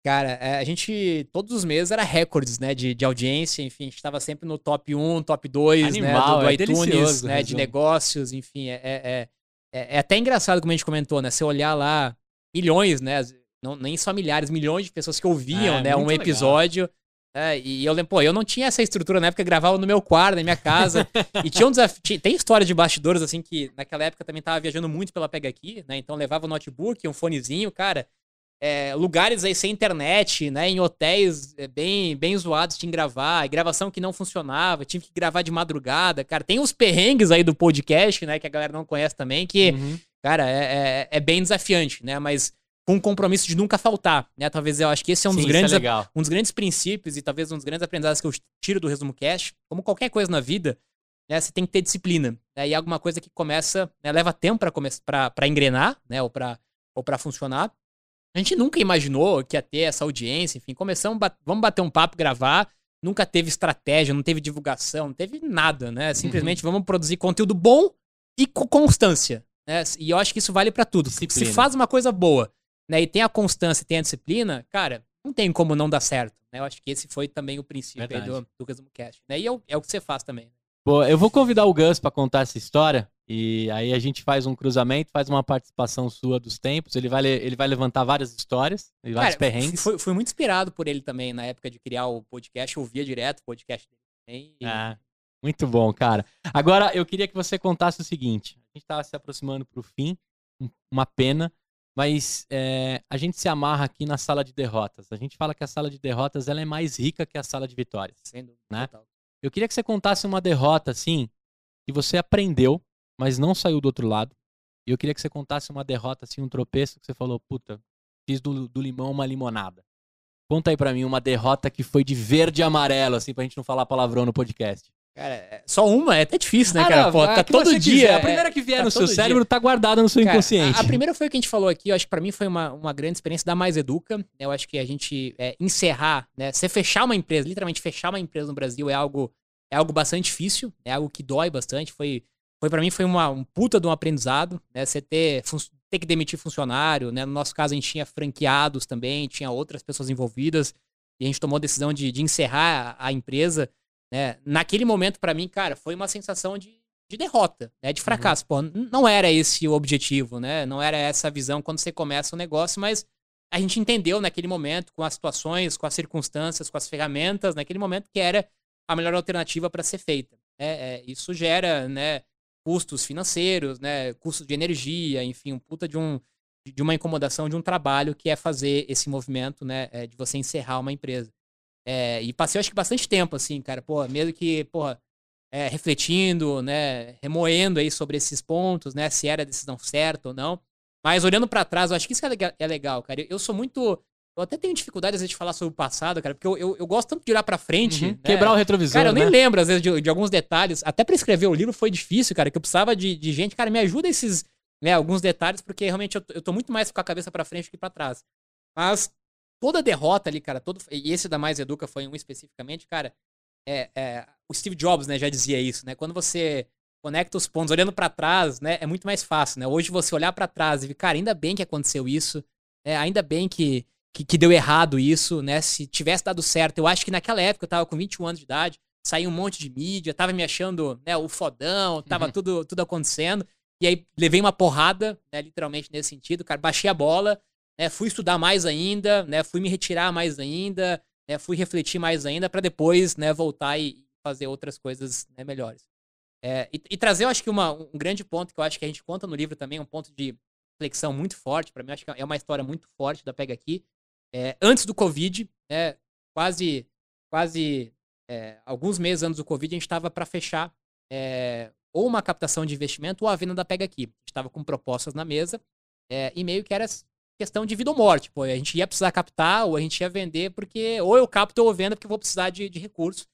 Cara, é, a gente, todos os meses era recordes, né, de, de audiência, enfim, a gente estava sempre no top um, top dois, Animal, né, do, do é iTunes, delicioso, né, de resumo. negócios, enfim, é, é, é, é até engraçado como a gente comentou, né, você olhar lá, milhões, né, não, nem só milhares, milhões de pessoas que ouviam, É, né, um muito legal. episódio, né, e eu lembro, pô, eu não tinha essa estrutura na época, eu gravava no meu quarto, na minha casa, e tinha um desafio, tem história de bastidores, assim, que naquela época também tava viajando muito pela Pega Aqui, né, então levava o notebook, um fonezinho, cara... É, lugares aí sem internet, né, em hotéis é, bem, bem zoados, tinha que gravar, e gravação que não funcionava, tive que gravar de madrugada, cara, tem os perrengues aí do podcast, né, que a galera não conhece também, que, uhum. cara, é, é, é bem desafiante, né, mas com o compromisso de nunca faltar, né, talvez eu acho que esse é um, Sim, dos, grandes, é um dos grandes princípios e talvez um dos grandes aprendizados que eu tiro do Resumo Cast, como qualquer coisa na vida, né, você tem que ter disciplina, né, e alguma coisa que começa, né, leva tempo pra, come pra, pra engrenar, né, ou pra, ou pra funcionar. A gente nunca imaginou que ia ter essa audiência, enfim, começamos, bat- vamos bater um papo, gravar, nunca teve estratégia, não teve divulgação, não teve nada, né? Simplesmente uhum. vamos produzir conteúdo bom e com constância, né? E eu acho que isso vale pra tudo. Disciplina. Se faz uma coisa boa, né, e tem a constância e tem a disciplina, cara, não tem como não dar certo, né? Eu acho que esse foi também o princípio aí do, do Resumo Cast, né? E é o, é o que você faz também. Pô, eu vou convidar o Gus pra contar essa história. E aí a gente faz um cruzamento, faz uma participação sua dos tempos. Ele vai, ele vai levantar várias histórias, vários Cara, perrengues. Fui, fui muito inspirado por ele também na época de criar o podcast. Eu ouvia direto o podcast dele também. E... Ah, muito bom, cara. Agora, eu queria que você contasse o seguinte. A gente tava se aproximando pro fim, uma pena, mas é, a gente se amarra aqui na sala de derrotas. A gente fala que a sala de derrotas ela é mais rica que a sala de vitórias. Sem dúvida, né? Total. Eu queria que você contasse uma derrota, assim, que você aprendeu, mas não saiu do outro lado. E eu queria que você contasse uma derrota, assim, um tropeço, que você falou, puta, fiz do, do limão uma limonada. Conta aí pra mim uma derrota que foi de verde e amarelo, assim, pra gente não falar palavrão no podcast. Cara, só uma é até difícil, né, cara? Ah, não, Pô, tá todo dia. Quiser. A primeira que vier tá no seu cérebro dia. tá guardada no seu cara, inconsciente. A, a primeira foi o que a gente falou aqui, eu acho que pra mim foi uma, uma grande experiência da Mais Educa. Eu acho que a gente é, encerrar, né, você fechar uma empresa, literalmente fechar uma empresa no Brasil é algo, é algo bastante difícil, é algo que dói bastante, foi... Foi pra mim, foi uma, um puta de um aprendizado, né? Você ter, ter que demitir funcionário, né? No nosso caso, a gente tinha franqueados também, tinha outras pessoas envolvidas, e a gente tomou a decisão de, de encerrar a, a empresa, né? Naquele momento, pra mim, cara, foi uma sensação de, de derrota, né? De fracasso. Uhum. Pô, não era esse o objetivo, né? Não era essa a visão quando você começa o negócio, mas a gente entendeu naquele momento, com as situações, com as circunstâncias, com as ferramentas, naquele momento que era a melhor alternativa para ser feita. É, é, isso gera, né? Custos financeiros, né, custos de energia, enfim, um puta de, um, de uma incomodação de um trabalho que é fazer esse movimento, né, é, de você encerrar uma empresa. É, e passei, acho que, bastante tempo, assim, cara, pô, mesmo que, porra, é, refletindo, né, remoendo aí sobre esses pontos, né, se era a decisão certa ou não. Mas olhando pra trás, eu acho que isso é legal, é legal cara. Eu, eu sou muito... Eu até tenho dificuldade, às vezes, de falar sobre o passado, cara, porque eu, eu, eu gosto tanto de olhar pra frente. Uhum. Né? Quebrar o retrovisor, Cara, eu nem né? lembro, às vezes, de, de alguns detalhes. Até pra escrever o livro foi difícil, cara, que eu precisava de, de gente. Cara, me ajuda esses, né, alguns detalhes, porque realmente eu, eu tô muito mais com a cabeça pra frente do que pra trás. Mas toda derrota ali, cara, todo, e esse da Mais Educa foi um especificamente, cara, é, é, o Steve Jobs, né, já dizia isso, né? Quando você conecta os pontos olhando pra trás, né, é muito mais fácil, né? Hoje você olhar pra trás e ver, cara, ainda bem que aconteceu isso, né? Ainda bem que Que, que deu errado isso, né? Se tivesse dado certo, eu acho que naquela época eu tava com vinte e um anos de idade, saiu um monte de mídia, tava me achando, né, o fodão, tava uhum. tudo, tudo acontecendo. E aí levei uma porrada, né, literalmente nesse sentido, cara, baixei a bola, né, fui estudar mais ainda, né, fui me retirar mais ainda, né, fui refletir mais ainda pra depois, né, voltar e fazer outras coisas, né, melhores. É, e, e trazer, eu acho que uma, um grande ponto que eu acho que a gente conta no livro também, um ponto de reflexão muito forte, pra mim, acho que é uma história muito forte da Pega Aqui. É, antes do Covid, né, quase, quase é, alguns meses antes do Covid, a gente estava para fechar é, ou uma captação de investimento ou a venda da Pega Aqui. A gente estava com propostas na mesa é, e meio que era questão de vida ou morte. Pô, a gente ia precisar captar ou a gente ia vender, porque ou eu capto ou eu vendo porque eu vou precisar de, de recursos.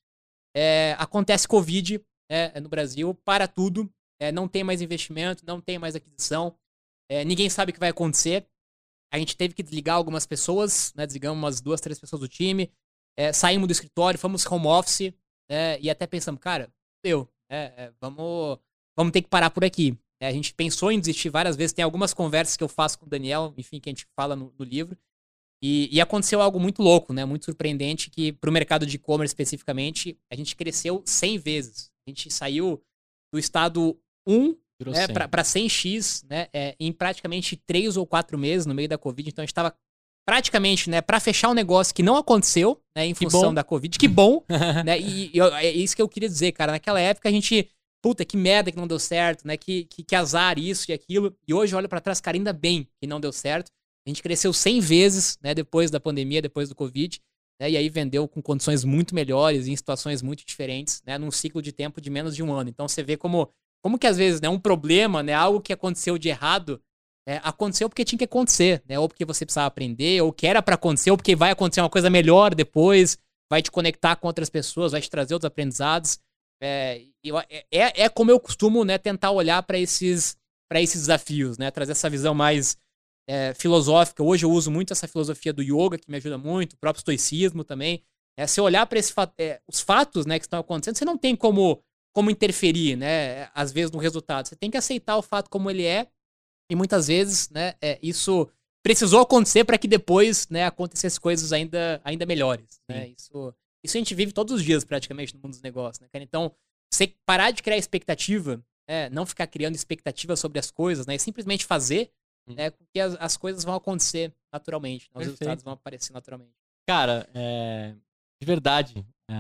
É, acontece Covid é, no Brasil, para tudo, é, não tem mais investimento, não tem mais aquisição, é, ninguém sabe o que vai acontecer. A gente teve que desligar algumas pessoas, né? Desligamos umas duas, três pessoas do time. É, saímos do escritório, fomos home office. É, e até pensamos, cara, deu. É, é, vamos, vamos ter que parar por aqui. É, a gente pensou em desistir várias vezes. Tem algumas conversas que eu faço com o Daniel, enfim, que a gente fala no, no livro. E, e aconteceu algo muito louco, né? Muito surpreendente, que pro mercado de e-commerce especificamente, a gente cresceu cem vezes. A gente saiu do estado um, né, para cem x, né, é, em praticamente três ou quatro meses no meio da Covid. Então a gente estava praticamente, né, para fechar um negócio que não aconteceu, né, em função da Covid. Que bom, né? E, e eu, é isso que eu queria dizer, cara. Naquela época a gente, puta, que merda que não deu certo, né? Que, que, que azar isso e aquilo. E hoje eu olho para trás, cara, ainda bem que não deu certo. A gente cresceu cem vezes, né, depois da pandemia, depois do Covid, né, e aí vendeu com condições muito melhores, em situações muito diferentes, né, num ciclo de tempo de menos de um ano. Então você vê como, como que às vezes, né, um problema, né, algo que aconteceu de errado, é, aconteceu porque tinha que acontecer, né, ou porque você precisava aprender, ou que era para acontecer, ou porque vai acontecer uma coisa melhor depois, vai te conectar com outras pessoas, vai te trazer outros aprendizados. É, eu, é, é como eu costumo, né, tentar olhar para esses, para esses desafios, né, trazer essa visão mais É, filosófica. Hoje eu uso muito essa filosofia do yoga, que me ajuda muito, o próprio estoicismo também. É, se olhar para é, os fatos, né, que estão acontecendo, você não tem como, como interferir, né, às vezes, no resultado. Você tem que aceitar o fato como ele é, e muitas vezes, né, é, isso precisou acontecer para que depois, né, acontecessem coisas ainda, ainda melhores. Né? Isso, isso a gente vive todos os dias, praticamente, no mundo dos negócios. Né, cara? Então, você parar de criar expectativa, é, não ficar criando expectativa sobre as coisas, né, e simplesmente fazer, é, porque as, as coisas vão acontecer naturalmente, né? Os Perfeito. resultados vão aparecer naturalmente. Cara, é, de verdade, é,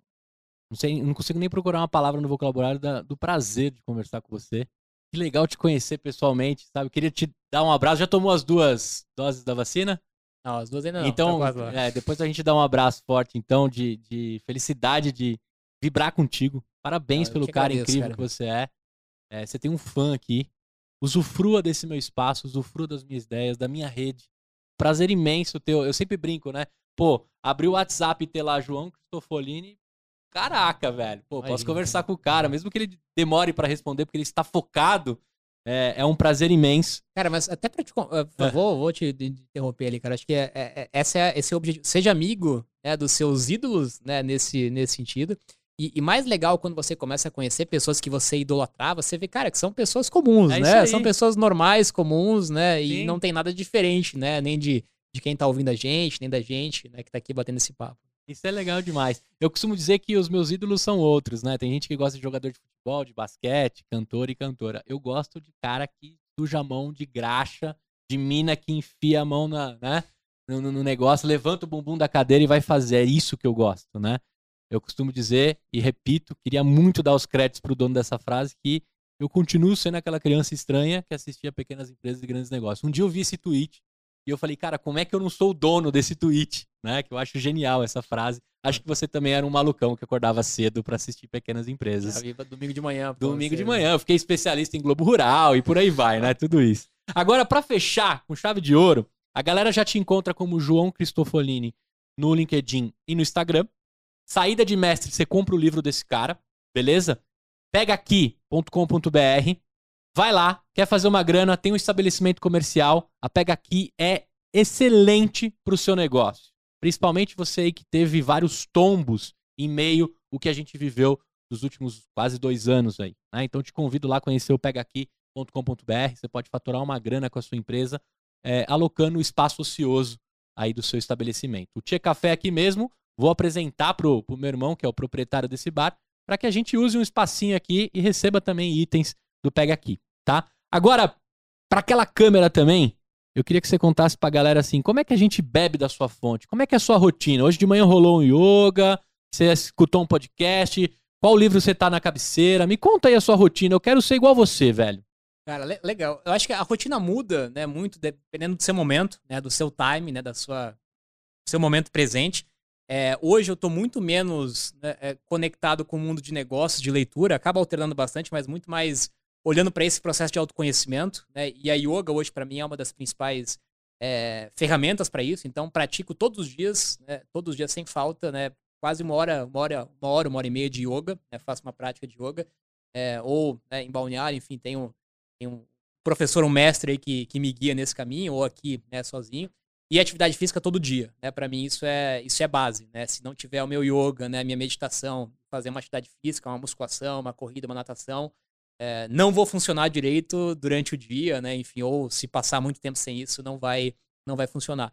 não sei, não consigo nem procurar uma palavra no vocabulário da, do prazer de conversar com você. Que legal te conhecer pessoalmente, sabe? Queria te dar um abraço. Já tomou as duas doses da vacina? Não, as duas ainda não. Então, é, depois a gente dá um abraço forte, então, de, de felicidade, de vibrar contigo. Parabéns não, pelo cara agradeço, incrível cara. que você é. é. Você tem um fã aqui. Usufrua desse meu espaço, usufrua das minhas ideias, da minha rede. Prazer imenso teu. Eu sempre brinco, né? Pô, abrir o WhatsApp e ter lá João Cristofolini. Caraca, velho. Pô, posso conversar com o cara, mesmo que ele demore pra responder, porque ele está focado. É, é um prazer imenso. Cara, mas até pra te... Uh, é. vou, vou te interromper ali, cara. Acho que é, é, essa é, esse é o objetivo. Seja amigo, né, dos seus ídolos, né, nesse, nesse sentido. E, e mais legal, quando você começa a conhecer pessoas que você idolatrava, você vê, cara, que são pessoas comuns, é né? São pessoas normais, comuns, né? E Sim. não tem nada diferente, né? Nem de, de quem tá ouvindo a gente, nem da gente, né? Que tá aqui batendo esse papo. Isso é legal demais. Eu costumo dizer que os meus ídolos são outros, né? Tem gente que gosta de jogador de futebol, de basquete, cantor e cantora. Eu gosto de cara que suja a mão de graxa, de mina que enfia a mão na, né? no, no negócio, levanta o bumbum da cadeira e vai fazer. É isso que eu gosto, né? Eu costumo dizer, e repito, queria muito dar os créditos pro dono dessa frase, que eu continuo sendo aquela criança estranha que assistia Pequenas Empresas e Grandes Negócios. Um dia eu vi esse tweet e eu falei, cara, como é que eu não sou o dono desse tweet? Né? Que eu acho genial essa frase. Acho que você também era um malucão que acordava cedo para assistir Pequenas Empresas. Já viva domingo de manhã. Domingo de manhã. Eu fiquei especialista em Globo Rural e por aí vai, né? Tudo isso. Agora, para fechar com chave de ouro, a galera já te encontra como João Cristofolini no LinkedIn e no Instagram. Saída de mestre, você compra o livro desse cara, beleza? pega aqui ponto com ponto b r, vai lá, quer fazer uma grana, tem um estabelecimento comercial, a Pega Aqui é excelente para o seu negócio. Principalmente você aí que teve vários tombos em meio ao que a gente viveu nos últimos quase dois anos aí. Né? Então te convido lá a conhecer o pega aqui ponto com ponto b r, você pode faturar uma grana com a sua empresa, é, alocando o espaço ocioso aí do seu estabelecimento. O Tchê Café aqui mesmo, vou apresentar pro, pro meu irmão, que é o proprietário desse bar, para que a gente use um espacinho aqui e receba também itens do Pega Aqui, tá? Agora, para aquela câmera também, eu queria que você contasse pra galera assim, como é que a gente bebe da sua fonte? Como é que é a sua rotina? Hoje de manhã rolou um yoga, você escutou um podcast, qual livro você tá na cabeceira? Me conta aí a sua rotina, eu quero ser igual você, velho. Cara, le- legal. Eu acho que a rotina muda, né, muito dependendo do seu momento, né, do seu time, né, da sua, do seu momento presente. É, hoje eu tô muito menos, né, é, conectado com o mundo de negócios, de leitura, acaba alternando bastante, mas muito mais olhando para esse processo de autoconhecimento, né? E a yoga hoje para mim é uma das principais é, ferramentas para isso. Então pratico todos os dias, né, todos os dias sem falta, né? Quase uma hora, uma hora, uma hora, uma hora e meia de yoga, né? Faço uma prática de yoga, é, ou né, em Balneário, enfim, tenho, tenho um professor, um mestre aí que, que me guia nesse caminho, ou aqui, né, sozinho. E atividade física todo dia, né? Para mim isso é, isso é base, né? Se não tiver o meu yoga, né, a minha meditação, fazer uma atividade física, uma musculação, uma corrida, uma natação, é, não vou funcionar direito durante o dia, né? Enfim, ou se passar muito tempo sem isso, não vai, não vai funcionar.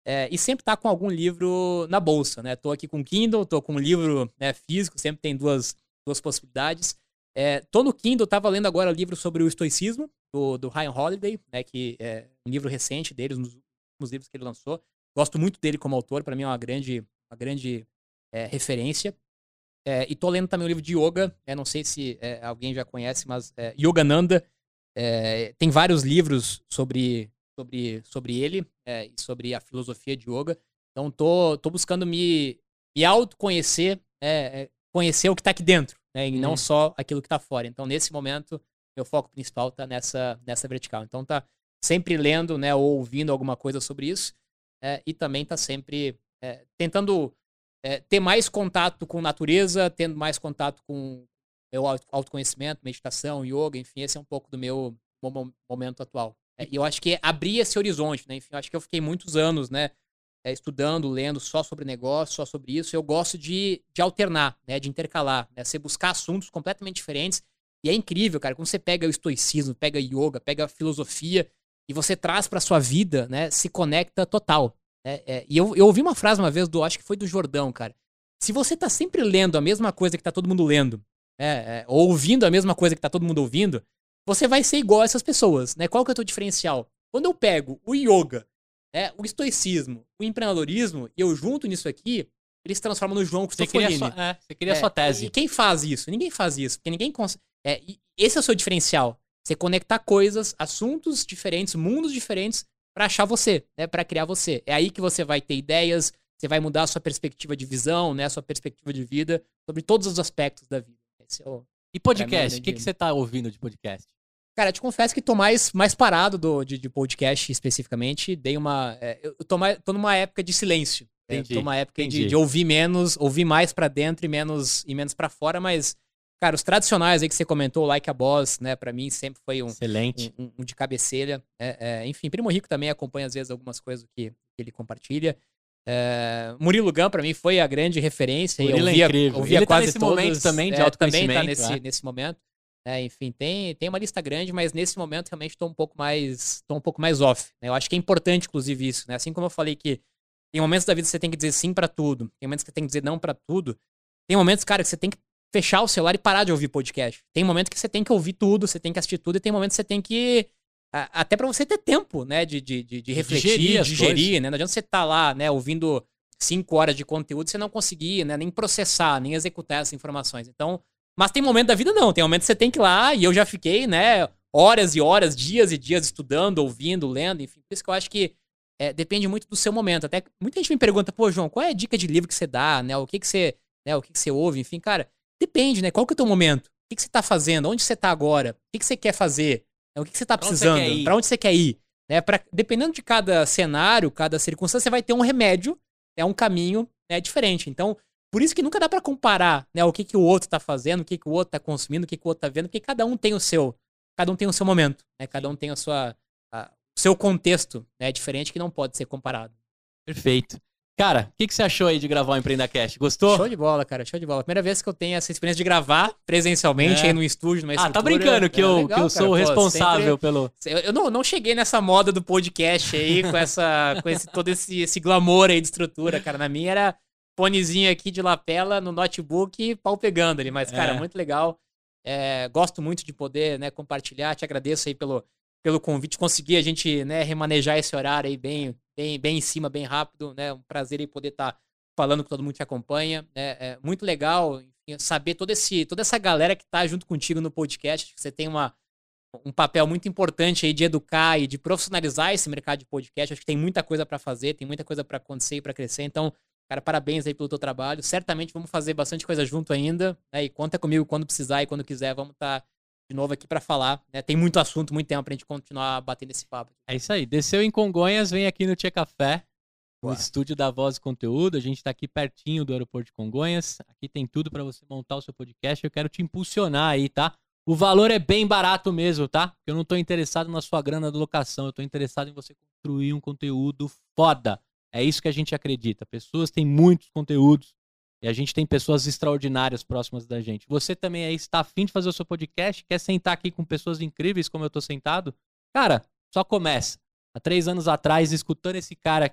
É, e sempre tá com algum livro na bolsa, né? Tô aqui com Kindle, tô com um livro, né, físico, sempre tem duas, duas possibilidades. É, tô no Kindle, tava lendo agora o livro sobre o estoicismo, do, do Ryan Holiday, né? Que é um livro recente dele, um dos últimos livros que ele lançou. Gosto muito dele como autor, para mim é uma grande, uma grande é, referência. É, e tô lendo também um livro de yoga, é, não sei se é, alguém já conhece, mas é, Yogananda. É, tem vários livros sobre... sobre, sobre ele é, e sobre a filosofia de yoga. Então, tô, tô buscando me, me autoconhecer, é, é, conhecer o que tá aqui dentro, né? E hum. não só aquilo que tá fora. Então, nesse momento, meu foco principal tá nessa, nessa vertical. Então, tá sempre lendo, né, ou ouvindo alguma coisa sobre isso. É, e também tá sempre é, tentando é, ter mais contato com natureza, tendo mais contato com meu autoconhecimento, meditação, yoga, enfim, esse é um pouco do meu momento atual. É, e eu acho que é abrir esse horizonte, né? Enfim, eu acho que eu fiquei muitos anos, né? É, estudando, lendo só sobre negócio, só sobre isso. Eu gosto de, de alternar, né? De intercalar, né? Você buscar assuntos completamente diferentes. E é incrível, cara, quando você pega o estoicismo, pega yoga, pega a filosofia e você traz pra sua vida, né? Se conecta total. Né? É, e eu, eu ouvi uma frase uma vez do, acho que foi do Jordão, cara. Se você tá sempre lendo a mesma coisa que tá todo mundo lendo, né? É, ou ouvindo a mesma coisa que tá todo mundo ouvindo, você vai ser igual a essas pessoas, né? Qual que é o teu diferencial? Quando eu pego o yoga, né, o estoicismo, o empreendedorismo, e eu junto nisso aqui, ele se transforma no João Cristofolini. Você cria, sua, é, você cria é, a sua tese. E quem faz isso? Ninguém faz isso, porque ninguém consegue... É, esse é o seu diferencial. Você conectar coisas, assuntos diferentes, mundos diferentes, pra achar você, né? Pra criar você. É aí que você vai ter ideias, você vai mudar a sua perspectiva de visão, né? A sua perspectiva de vida, sobre todos os aspectos da vida. Esse é o... E podcast? O que, que você tá ouvindo de podcast? Cara, eu te confesso que tô mais, mais parado do, de, de podcast especificamente. Dei uma. É, eu tô, mais, tô numa época de silêncio. Entendi, é, tô numa época entendi. de, de ouvir menos, ouvir mais pra dentro e menos, e menos pra fora, mas, cara, os tradicionais aí que você comentou, Like a Boss, né, pra mim sempre foi um, Excelente. um, um, um de cabeceira. É, é, enfim, Primo Rico também acompanha às vezes algumas coisas que, que ele compartilha. É, Murilo Gun, pra mim, foi a grande referência. Murilo ouvia, é incrível. ouvia ele quase tá nesse todos, momento também de é, autoconhecimento. Também tá nesse, é. nesse momento. É, enfim, tem, tem uma lista grande, mas nesse momento realmente estou um pouco mais tô um pouco mais off. Né? Eu acho que é importante, inclusive, isso. Né? Assim como eu falei que tem momentos da vida que você tem que dizer sim pra tudo, tem momentos que você tem que dizer não pra tudo. Tem momentos, cara, que você tem que fechar o celular e parar de ouvir podcast. Tem momentos que você tem que ouvir tudo, você tem que assistir tudo, e tem momentos que você tem que... A, até pra você ter tempo, né, de, de, de, de refletir, digerir, digerir né? Não adianta você estar tá lá, né, ouvindo cinco horas de conteúdo e você não conseguir, né, nem processar, nem executar essas informações. Então... Mas tem momento da vida não, tem momento que você tem que ir lá, e eu já fiquei, né, horas e horas, dias e dias estudando, ouvindo, lendo, enfim. Por isso que eu acho que é, depende muito do seu momento. Até muita gente me pergunta, pô, João, qual é a dica de livro que você dá, né, o que que você, né, o que que você ouve, enfim, cara, depende, né, qual que é o teu momento, o que que você tá fazendo, onde você tá agora, o que que você quer fazer, né, o que que você tá pra precisando, onde você pra onde você quer ir, né, pra, dependendo de cada cenário, cada circunstância, você vai ter um remédio, é um caminho, né, diferente. Então, por isso que nunca dá pra comparar, né, o que que o outro tá fazendo, o que que o outro tá consumindo, o que que o outro tá vendo, porque cada um tem o seu, cada um tem o seu momento, né, cada um tem a sua, a, o seu contexto, né, diferente que não pode ser comparado. Perfeito. Cara, o que que você achou aí de gravar o EmpreendaCast? Gostou? Show de bola, cara, show de bola. Primeira vez que eu tenho essa experiência de gravar presencialmente é. aí no estúdio, numa Ah, tá brincando que, é, eu, legal, que eu sou o responsável sempre... pelo... Eu, eu não, não cheguei nessa moda do podcast aí, com, essa, com esse, todo esse, esse glamour aí de estrutura, cara. Na minha era... fonezinho aqui de lapela no notebook, pau pegando ali. Mas, cara, é. muito legal. É, gosto muito de poder, né, compartilhar. Te agradeço aí pelo, pelo convite. Conseguir a gente, né, remanejar esse horário aí bem, bem, bem em cima, bem rápido. Né? Um prazer aí poder estar tá falando com todo mundo que acompanha. Né? É muito legal, enfim, saber todo esse, toda essa galera que tá junto contigo no podcast. Acho que você tem uma, um papel muito importante aí de educar e de profissionalizar esse mercado de podcast. Acho que tem muita coisa para fazer, tem muita coisa para acontecer e para crescer. Então, cara, parabéns aí pelo teu trabalho. Certamente vamos fazer bastante coisa junto ainda, né? E conta comigo quando precisar e quando quiser. Vamos estar tá de novo aqui para falar, né? Tem muito assunto, muito tempo pra gente continuar batendo esse papo. É isso aí. Desceu em Congonhas, vem aqui no Tchê Café, no Boa. estúdio da Voz e Conteúdo. A gente tá aqui pertinho do aeroporto de Congonhas. Aqui tem tudo para você montar o seu podcast. Eu quero te impulsionar aí, tá? O valor é bem barato mesmo, tá? Eu não tô interessado na sua grana de locação. Eu tô interessado em você construir um conteúdo foda. É isso que a gente acredita. Pessoas têm muitos conteúdos e a gente tem pessoas extraordinárias próximas da gente. Você também aí está afim de fazer o seu podcast, quer sentar aqui com pessoas incríveis como eu tô sentado? Cara, só começa. Há três anos atrás, escutando esse cara aqui,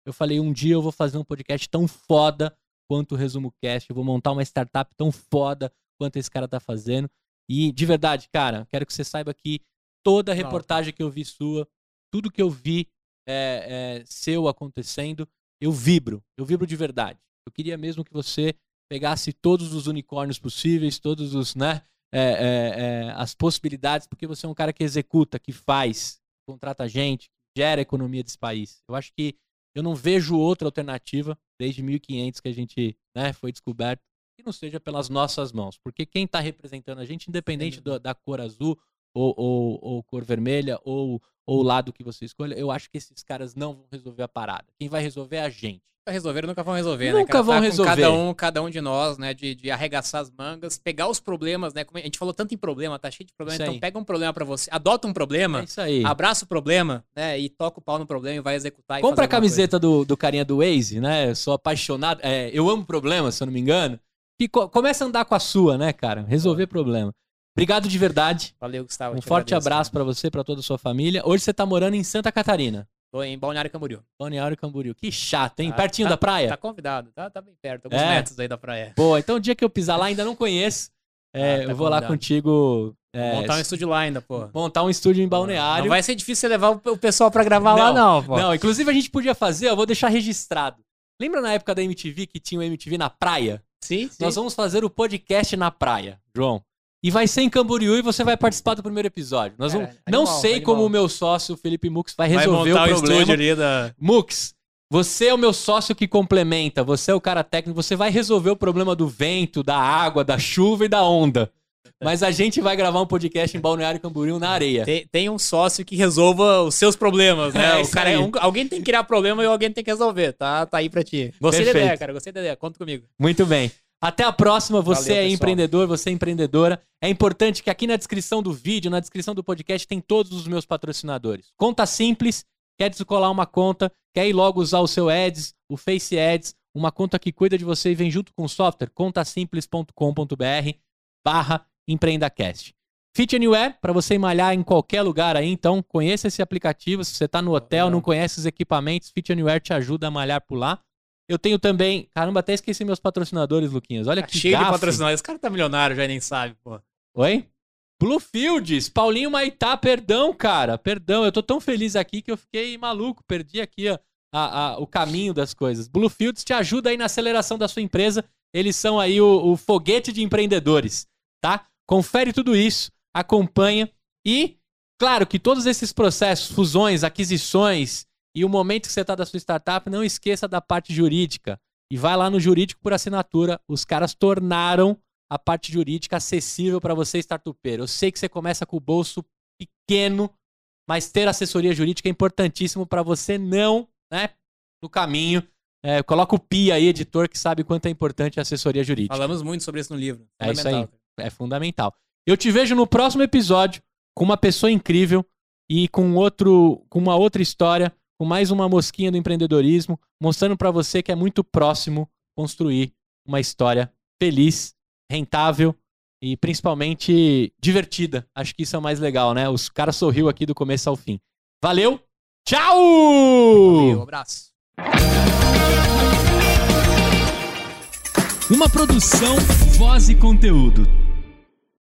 eu falei, um dia eu vou fazer um podcast tão foda quanto o Resumo Cast, eu vou montar uma startup tão foda quanto esse cara tá fazendo. E, de verdade, cara, quero que você saiba que toda a reportagem que eu vi sua, tudo que eu vi é, é, seu acontecendo, eu vibro, eu vibro de verdade. Eu queria mesmo que você pegasse todos os unicórnios possíveis, todos os, né, é, é, é, as possibilidades, porque você é um cara que executa, que faz, contrata gente, gera a economia desse país. Eu acho que eu não vejo outra alternativa desde mil e quinhentos que a gente, né, foi descoberto, que não seja pelas nossas mãos. Porque quem está representando a gente, independente do, da cor azul ou, ou, ou cor vermelha ou o lado que você escolha, eu acho que esses caras não vão resolver a parada. Quem vai resolver é a gente. Resolver, nunca vão resolver, nunca né? Cara? vão tá resolver. Cada um, cada um de nós, né? De, de arregaçar as mangas, pegar os problemas, né? Como a gente falou tanto em problema, tá cheio de problema. Então pega um problema pra você, adota um problema, é isso aí. Abraça o problema, né? E toca o pau no problema e vai executar. Compra a camiseta do, do carinha do Waze, né? Eu sou apaixonado. É, eu amo problemas, se eu não me engano. E co começa a andar com a sua, né, cara? Resolver é. problema. Obrigado de verdade. Valeu, Gustavo. Um forte agradeço, abraço para você, para toda a sua família. Hoje você tá morando em Santa Catarina. Tô em Balneário Camboriú. Balneário Camboriú. Que chato, hein? Tá, Pertinho tá, da praia? Tá convidado. Tá, tá bem perto. Alguns é. metros aí da praia. Boa, então o dia que eu pisar lá, ainda não conheço. É, ah, tá eu vou convidado. lá contigo. É, montar um estúdio lá ainda, pô. Montar um estúdio em Balneário. Não vai ser difícil você levar o pessoal pra gravar não, lá, não, pô. Não, inclusive a gente podia fazer, eu vou deixar registrado. Lembra na época da M T V que tinha o M T V na praia? Sim, sim. Nós vamos fazer o podcast na praia, João. E vai ser em Camboriú e você vai participar do primeiro episódio. Nós vamos... Cara, animal, não sei animal. como o meu sócio, o Felipe Mux, vai resolver vai o problema. O ali da... Mux, você é o meu sócio que complementa, você é o cara técnico, você vai resolver o problema do vento, da água, da chuva e da onda. Mas a gente vai gravar um podcast em Balneário Camboriú na areia. Tem, tem um sócio que resolva os seus problemas, né? É, o cara é um, alguém tem que criar problema e alguém tem que resolver, tá? Tá aí pra ti. Gostei Perfeito. da ideia, cara. Gostei da ideia. Conta comigo. Muito bem. Até a próxima. Você Valeu, é pessoal. empreendedor, você é empreendedora. É importante que aqui na descrição do vídeo, na descrição do podcast, tem todos os meus patrocinadores. Conta Simples, quer descolar uma conta, quer ir logo usar o seu Ads, o Face Ads, uma conta que cuida de você e vem junto com o software, contasimples ponto com ponto br barra EmpreendaCast. Fit Anywhere, para você malhar em qualquer lugar aí, então conheça esse aplicativo. Se você tá no hotel, não, não conhece os equipamentos, Fit Anywhere te ajuda a malhar por lá. Eu tenho também... Caramba, até esqueci meus patrocinadores, Luquinhas. Olha tá que cheio gafe. de patrocinadores. Esse cara tá milionário, já nem sabe, pô. Oi? Bluefields, Paulinho Maitá, perdão, cara. Perdão, eu tô tão feliz aqui que eu fiquei maluco. Perdi aqui ó, a, a, o caminho das coisas. Bluefields te ajuda aí na aceleração da sua empresa. Eles são aí o, o foguete de empreendedores, tá? Confere tudo isso, acompanha. E, claro, que todos esses processos, fusões, aquisições... E o momento que você está da sua startup, não esqueça da parte jurídica. E vai lá no Jurídico por Assinatura. Os caras tornaram a parte jurídica acessível para você, startupeiro. Eu sei que você começa com o bolso pequeno, mas ter assessoria jurídica é importantíssimo para você não, né, no caminho. É, coloca o P I aí, editor, que sabe quanto é importante a assessoria jurídica. Falamos muito sobre isso no livro. É isso aí, é fundamental. Eu te vejo no próximo episódio com uma pessoa incrível e com, outro, com uma outra história, com mais uma mosquinha do empreendedorismo, mostrando para você que é muito próximo construir uma história feliz, rentável e principalmente divertida. Acho que isso é o mais legal, né? Os caras sorriu aqui do começo ao fim. Valeu! Tchau! Valeu, um abraço. Uma produção, voz e conteúdo.